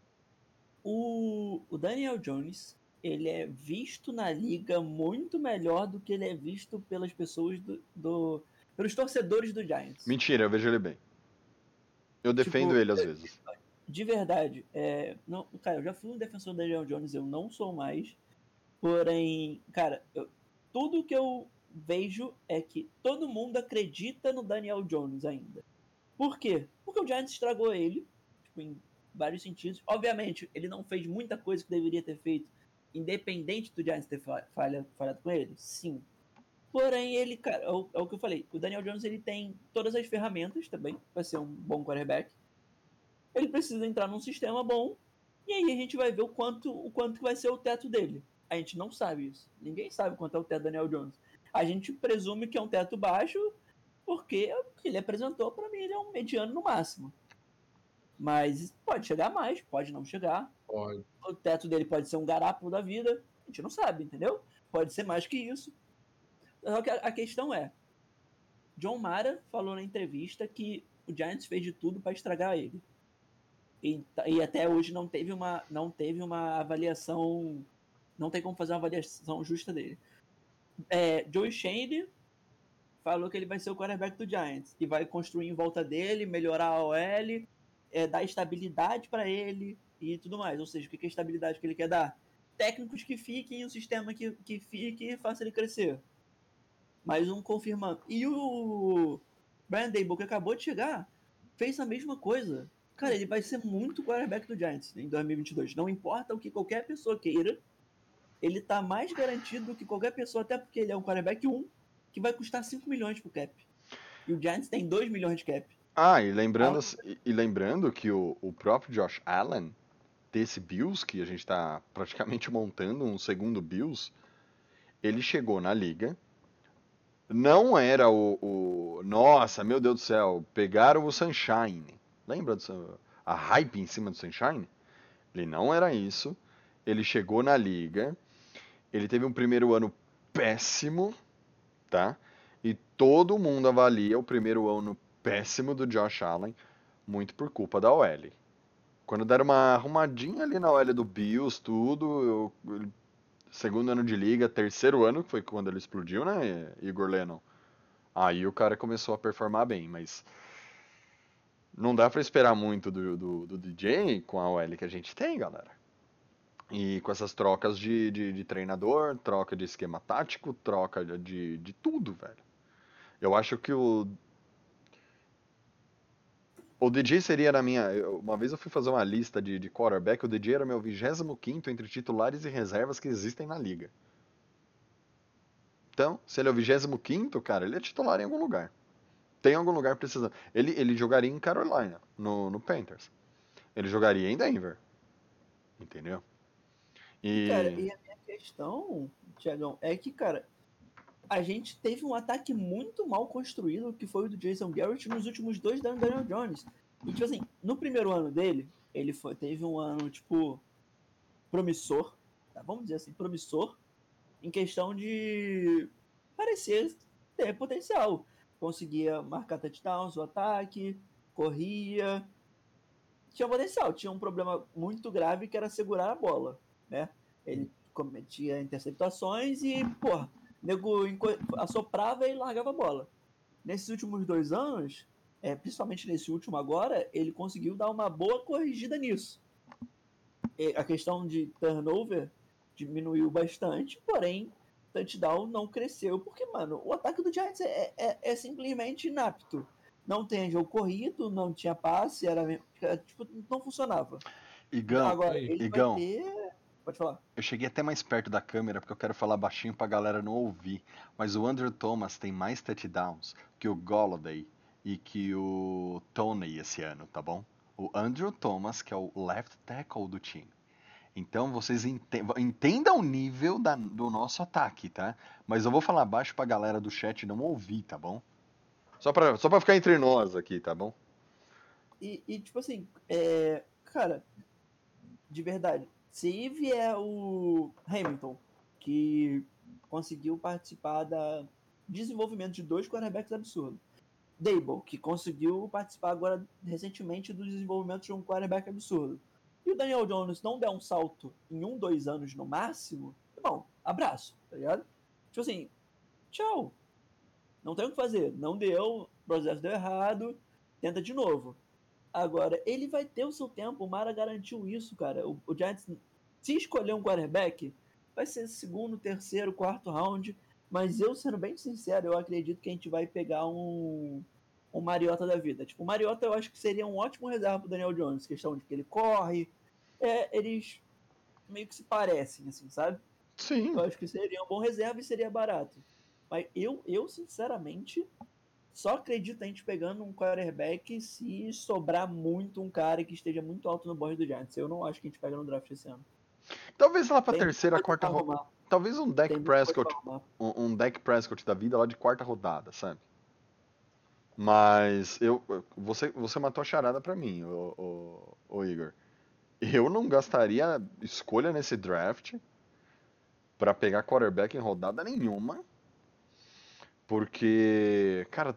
[SPEAKER 4] O Daniel Jones, ele é visto na liga muito melhor do que ele é visto pelas pessoas pelos torcedores do Giants.
[SPEAKER 2] Mentira, eu vejo ele bem. Eu defendo ele às vezes.
[SPEAKER 4] De verdade, não, cara, eu já fui um defensor do Daniel Jones, eu não sou mais. Porém, cara, tudo que eu vejo é que todo mundo acredita no Daniel Jones ainda. Por quê? Porque o Giants estragou ele, em vários sentidos. Obviamente, ele não fez muita coisa que deveria ter feito, independente do Giants ter falhado com ele. Sim. Porém, ele, cara, é o que eu falei. O Daniel Jones, ele tem todas as ferramentas também para ser um bom quarterback. Ele precisa entrar num sistema bom. E aí a gente vai ver o quanto que vai ser o teto dele. A gente não sabe isso. Ninguém sabe quanto é o teto do Daniel Jones. A gente presume que é um teto baixo porque o que ele apresentou, para mim, ele é um mediano no máximo. Mas pode chegar mais, pode não chegar.
[SPEAKER 3] Pode.
[SPEAKER 4] O teto dele pode ser um Garoppolo da vida. A gente não sabe, entendeu? Pode ser mais que isso. Só que a questão é, John Mara falou na entrevista que o Giants fez de tudo para estragar ele. E até hoje não teve uma avaliação, não tem como fazer uma avaliação justa dele. Joe Shane falou que ele vai ser o quarterback do Giants e vai construir em volta dele, melhorar a OL dar estabilidade para ele e tudo mais. Ou seja, o que é a estabilidade que ele quer dar? Técnicos que fiquem, um sistema que fique e faça ele crescer. Mais um confirmando. E o Brian Daboll, que acabou de chegar, fez a mesma coisa. Cara, ele vai ser muito quarterback do Giants em 2022. Não importa o que qualquer pessoa queira, ele tá mais garantido do que qualquer pessoa, até porque ele é um quarterback 1, que vai custar 5 milhões pro cap. E o Giants tem 2 milhões de cap.
[SPEAKER 2] Lembrando que o próprio Josh Allen, desse Bills, que a gente tá praticamente montando um segundo Bills, ele chegou na liga, não era nossa, meu Deus do céu, pegaram o Sunshine. Lembra a hype em cima do Sunshine? Ele não era isso. Ele chegou na liga, ele teve um primeiro ano péssimo, tá? E todo mundo avalia o primeiro ano péssimo do Josh Allen muito por culpa da OL. Quando deram uma arrumadinha ali na OL do Bills, tudo, segundo ano de liga, terceiro ano, que foi quando ele explodiu, né, Igor Lennon? Aí o cara começou a performar bem, mas não dá pra esperar muito do DJ com a OL que a gente tem, galera. E com essas trocas de treinador, troca de esquema tático, troca de tudo, velho. Eu acho que o DJ seria na minha. Uma vez eu fui fazer uma lista de quarterback, o DJ era meu 25º entre titulares e reservas que existem na liga. Então, se ele é o 25º, cara, ele é titular em algum lugar. Tem algum lugar precisando. Ele jogaria em Carolina, no Panthers. Ele jogaria em Denver. Entendeu?
[SPEAKER 4] Cara, e a minha questão, Thiagão, é que, cara, a gente teve um ataque muito mal construído, que foi o do Jason Garrett, nos últimos 2 anos do Daniel Jones. E, tipo assim, no primeiro ano dele, ele teve um ano, tipo, promissor, tá? Vamos dizer assim, promissor, em questão de parecer ter potencial. Conseguia marcar touchdowns, o ataque, corria, tinha potencial. Tinha um problema muito grave que era segurar a bola, né? Ele cometia interceptações e, porra, o nego assoprava e largava a bola. Nesses últimos 2 anos, principalmente nesse último agora, ele conseguiu dar uma boa corrigida nisso. A questão de turnover diminuiu bastante, porém, touchdown não cresceu, porque, mano, o ataque do Giants é simplesmente inapto. Não tem jogo corrido, não tinha passe, tipo, não funcionava.
[SPEAKER 2] Igão,
[SPEAKER 4] Agora, ele vai ter... Pode falar.
[SPEAKER 2] Eu cheguei até mais perto da câmera porque eu quero falar baixinho pra galera não ouvir. Mas o Andrew Thomas tem mais touchdowns que o Golladay e que o Toney esse ano, tá bom? O Andrew Thomas, que é o left tackle do time. Então vocês entendam o nível do nosso ataque, tá? Mas eu vou falar baixo pra galera do chat não ouvir, tá bom? Só pra ficar entre nós aqui, tá bom?
[SPEAKER 4] E tipo assim, cara, de verdade, se vier o Hamilton, que conseguiu participar do desenvolvimento de 2 quarterbacks absurdos, Daboll, que conseguiu participar agora recentemente do desenvolvimento de um quarterback absurdo, e o Daniel Jones não der um salto em 1, 2 anos no máximo, bom, abraço, tá ligado? Tipo assim, tchau. Não tem o que fazer. Não deu, o processo deu errado, tenta de novo. Agora, ele vai ter o seu tempo, o Mara garantiu isso, cara. O Giants, se escolher um quarterback, vai ser segundo, terceiro, quarto round, mas eu, sendo bem sincero, eu acredito que a gente vai pegar um Mariota da vida. Tipo, o Mariota eu acho que seria um ótimo reserva pro Daniel Jones, questão de que ele corre, eles meio que se parecem, assim, sabe?
[SPEAKER 2] Sim.
[SPEAKER 4] Eu acho que seria um bom reserva e seria barato. Mas eu sinceramente, só acredito a gente pegando um quarterback se sobrar muito um cara que esteja muito alto no board do Giants. Eu não acho que a gente pega no draft esse ano.
[SPEAKER 2] Talvez lá pra
[SPEAKER 4] Tem
[SPEAKER 2] terceira,
[SPEAKER 4] muita coisa
[SPEAKER 2] quarta
[SPEAKER 4] pra
[SPEAKER 2] rodada.
[SPEAKER 4] arrumar.
[SPEAKER 2] Talvez um Dak
[SPEAKER 4] Tem muita coisa
[SPEAKER 2] Prescott.
[SPEAKER 4] pra arrumar.
[SPEAKER 2] Um Dak Prescott da vida lá de quarta rodada, sabe? Mas você matou a charada pra mim, ô Igor. Eu não gastaria escolha nesse draft pra pegar quarterback em rodada nenhuma. Porque, cara,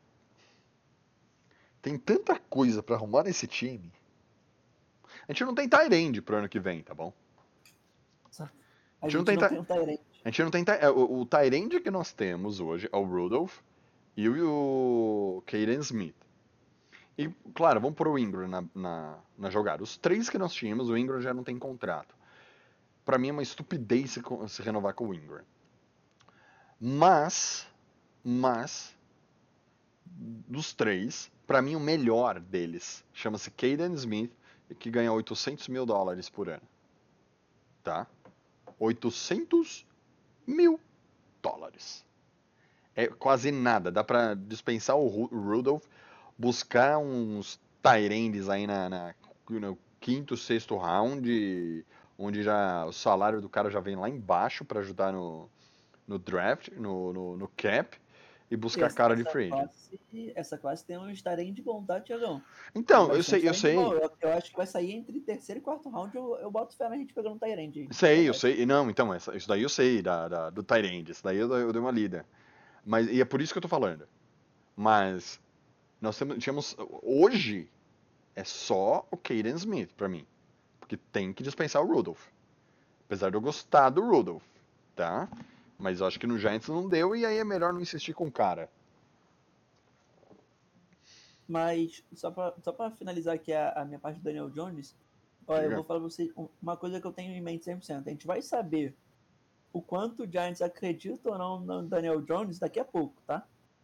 [SPEAKER 2] tem tanta coisa pra arrumar nesse time. A gente não tem tight end pro ano que vem, tá bom?
[SPEAKER 4] A gente não tem um Tyrant.
[SPEAKER 2] A gente não tem o tight end que nós temos hoje é o Rudolph e o Caden Smith. E, claro, vamos pôr o Ingram na jogada. Os 3 que nós tínhamos, o Ingram já não tem contrato. Pra mim é uma estupidez se renovar com o Ingram. Mas, dos 3, pra mim o melhor deles chama-se Caden Smith, que ganha $800 mil por ano. Tá? $800 mil. É quase nada. Dá pra dispensar o Rudolph, buscar uns tight ends aí no quinto, sexto round, onde já o salário do cara já vem lá embaixo pra ajudar no draft, no cap, e buscar cara de free agent.
[SPEAKER 4] Essa classe tem um starem de bom, tá, Tiagão?
[SPEAKER 2] Então, eu sei.
[SPEAKER 4] Eu acho que vai sair entre terceiro e quarto round. Eu boto fé na gente pegando um Tyrande.
[SPEAKER 2] Eu sei. Não, então, isso daí eu sei, do tight end. Isso daí eu dei uma lida. E é por isso que eu tô falando. Mas nós tínhamos. Hoje é só o Caden Smith pra mim. Porque tem que dispensar o Rudolph. Apesar de eu gostar do Rudolph, tá? Mas eu acho que no Giants não deu e aí é melhor não insistir com o cara.
[SPEAKER 4] Mas, só pra finalizar aqui a minha parte do Daniel Jones, olha, eu vou falar pra vocês uma coisa que eu tenho em mente 100%. A gente vai saber o quanto o Giants acredita ou não no Daniel Jones daqui a pouco, tá?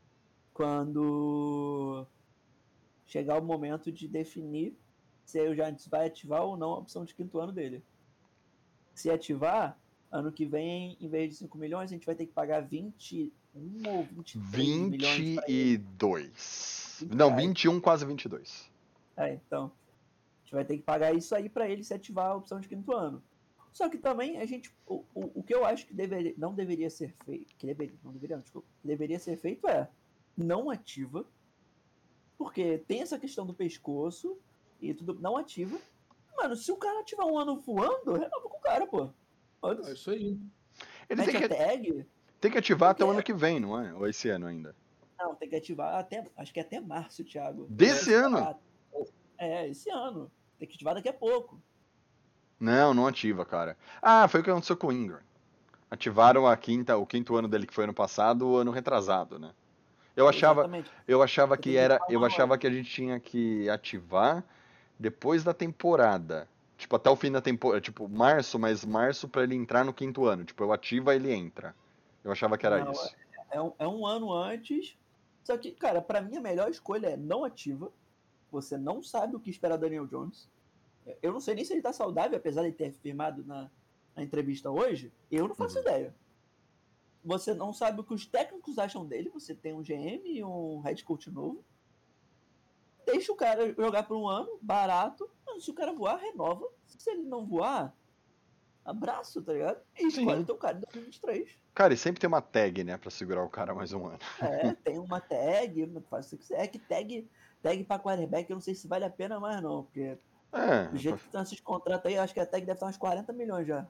[SPEAKER 4] Quando chegar o momento de definir se o Giants vai ativar ou não a opção de quinto ano dele. Se ativar, ano que vem, em vez de 5 milhões, a gente vai ter que pagar 21 ou 23 milhões pra ele.
[SPEAKER 2] 22. Não, 21, quase 22.
[SPEAKER 4] Então. A gente vai ter que pagar isso aí pra ele se ativar a opção de quinto ano. Só que também a gente. O que eu acho que não deveria ser feito. Deveria ser feito não ativa. Porque tem essa questão do pescoço e tudo. Não ativa. Mano, se o cara ativar um ano voando, renova com o cara, pô.
[SPEAKER 3] É isso aí.
[SPEAKER 2] Ele
[SPEAKER 4] tag.
[SPEAKER 2] Tem que ativar até o ano que vem, não é? Ou esse ano ainda?
[SPEAKER 4] Não, tem que ativar até. Acho que é até março, Thiago.
[SPEAKER 2] Desse ano?
[SPEAKER 4] Esse ano. Tem que ativar daqui a pouco.
[SPEAKER 2] Não ativa, cara. Foi o que aconteceu com o Ingram. Ativaram o quinto ano dele, que foi ano passado, o ano retrasado, né? Eu achava que a gente tinha que ativar depois da temporada. Tipo, até o fim da temporada. Tipo, março, mas março pra ele entrar no quinto ano. Tipo, eu ativo e ele entra. Eu achava que era isso.
[SPEAKER 4] É um ano antes. Só que, cara, pra mim a melhor escolha é não ativa. Você não sabe o que esperar Daniel Jones. Eu não sei nem se ele tá saudável, apesar de ter afirmado na entrevista hoje. Eu não faço ideia. Você não sabe o que os técnicos acham dele. Você tem um GM e um head coach novo. Deixa o cara jogar por um ano, barato. Mano, se o cara voar, renova. Se ele não voar, abraço, tá ligado? E escolhe o teu cara em 2023.
[SPEAKER 2] Cara, e sempre tem uma tag, né, pra segurar o cara mais um ano.
[SPEAKER 4] Tem uma tag, faz o que você quiser. É que tag pra quarterback eu não sei se vale a pena mais não, porque do jeito que estão esses contratos aí, acho que a tag deve estar uns 40 milhões já.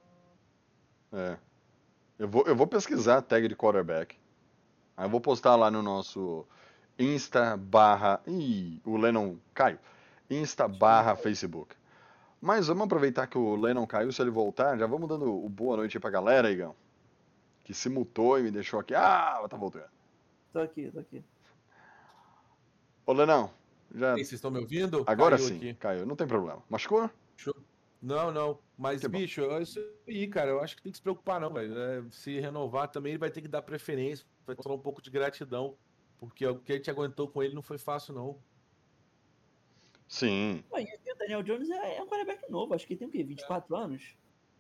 [SPEAKER 2] Eu vou pesquisar a tag de quarterback. Aí eu vou postar lá no nosso Insta / o Lennon caiu. Insta / Facebook. Mas vamos aproveitar que o Lennon caiu, se ele voltar, já vamos dando boa noite aí pra galera, Igão. Que se mutou e me deixou aqui. Tá voltando.
[SPEAKER 4] Tô aqui.
[SPEAKER 2] Ô, Lennon, já...
[SPEAKER 3] Vocês estão me ouvindo?
[SPEAKER 2] Agora
[SPEAKER 3] Caiu
[SPEAKER 2] sim,
[SPEAKER 3] aqui.
[SPEAKER 2] caiu. Não tem problema. Machucou?
[SPEAKER 3] Não. Mas, bicho, é isso aí, cara. Eu acho que tem que se preocupar, não, velho. Se renovar também, ele vai ter que dar preferência. Vai falar um pouco de gratidão. Porque o que a gente aguentou com ele não foi fácil, não.
[SPEAKER 2] Sim.
[SPEAKER 4] E o Daniel Jones é um quarterback novo. Acho que ele tem o quê? 24 anos?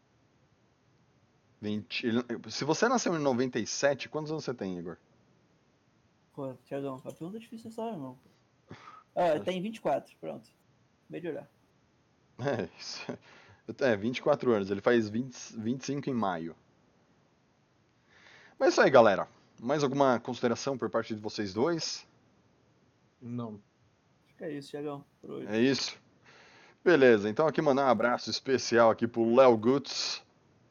[SPEAKER 2] 20... Se você nasceu em 97, quantos anos você tem, Igor?
[SPEAKER 4] Pô, Thiagão, a pergunta é difícil essa hora, não. Tem 24, pronto. Melhorar.
[SPEAKER 2] Isso. 24 anos. Ele faz 25 em maio. Mas é isso aí, galera. Mais alguma consideração por parte de vocês dois?
[SPEAKER 3] Não.
[SPEAKER 4] Acho que é isso, Thiagão, por hoje.
[SPEAKER 2] É isso. Beleza, então aqui mandar um abraço especial aqui pro Léo Gutz,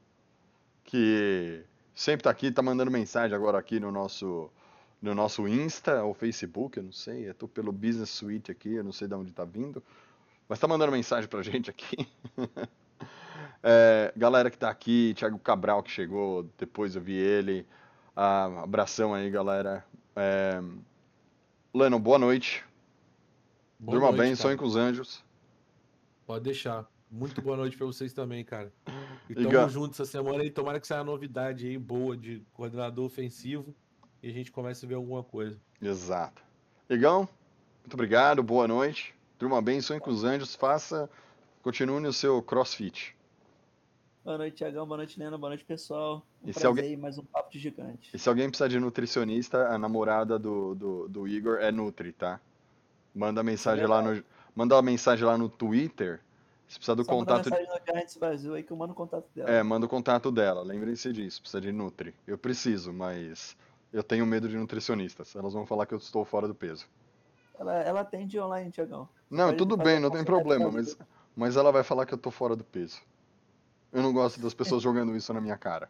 [SPEAKER 2] que sempre tá aqui, tá mandando mensagem agora aqui no nosso Insta ou Facebook, eu não sei, eu tô pelo Business Suite aqui, eu não sei de onde tá vindo, mas tá mandando mensagem pra gente aqui. Galera que tá aqui, Thiago Cabral que chegou, depois eu vi ele, abração aí, galera. Lennon, boa noite.
[SPEAKER 3] Boa
[SPEAKER 2] Durma
[SPEAKER 3] noite,
[SPEAKER 2] bem, sonhe
[SPEAKER 3] cara.
[SPEAKER 2] com os anjos.
[SPEAKER 3] Pode deixar. Muito boa noite pra vocês também, cara. E tamo
[SPEAKER 2] Igão,
[SPEAKER 3] junto essa semana aí. Tomara que saia novidade aí boa de coordenador ofensivo e a gente comece a ver alguma coisa.
[SPEAKER 2] exato. Igão, muito obrigado, boa noite. Durma bem, sonhe com os anjos, continue no seu crossfit.
[SPEAKER 4] Boa noite, Thiagão. Boa noite, Lena. Boa noite, pessoal.
[SPEAKER 2] E se
[SPEAKER 4] Prazer
[SPEAKER 2] alguém,
[SPEAKER 4] aí, mais um papo de gigante.
[SPEAKER 2] e se alguém precisar de nutricionista, a namorada do Igor é Nutri, tá? Manda
[SPEAKER 4] Isso é
[SPEAKER 2] mensagem lá
[SPEAKER 4] verdade.
[SPEAKER 2] manda uma mensagem lá no Twitter. Se precisar do
[SPEAKER 4] Só mandar
[SPEAKER 2] contato,
[SPEAKER 4] mensagem no Giants Brasil aí que eu mando o contato dela.
[SPEAKER 2] manda o contato dela. Lembrem-se disso, precisa de Nutri. Eu preciso, mas eu tenho medo de nutricionistas. Elas vão falar que eu estou fora do peso.
[SPEAKER 4] Ela atende online, Thiagão. Você
[SPEAKER 2] Não,
[SPEAKER 4] pode
[SPEAKER 2] tudo
[SPEAKER 4] fazer
[SPEAKER 2] bem,
[SPEAKER 4] a
[SPEAKER 2] não tem
[SPEAKER 4] consulta
[SPEAKER 2] problema,
[SPEAKER 4] sozinho.
[SPEAKER 2] mas ela vai falar que eu tô fora do peso. Eu não gosto das pessoas jogando isso na minha cara.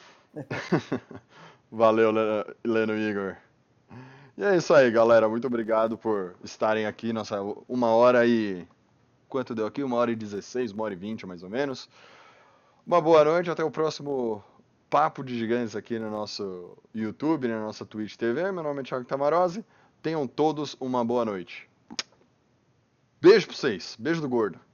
[SPEAKER 2] Valeu, Leno e Igor. E é isso aí, galera. Muito obrigado por estarem aqui. Nossa, 1 hora e. Quanto deu aqui? 1 hora e 16, 1 hora e 20 mais ou menos. Uma boa noite, até o próximo Papo de Gigantes aqui no nosso YouTube, na nossa Twitch TV. Meu nome é Thiago Tamarose. Tenham todos uma boa noite. Beijo pra vocês. Beijo do gordo.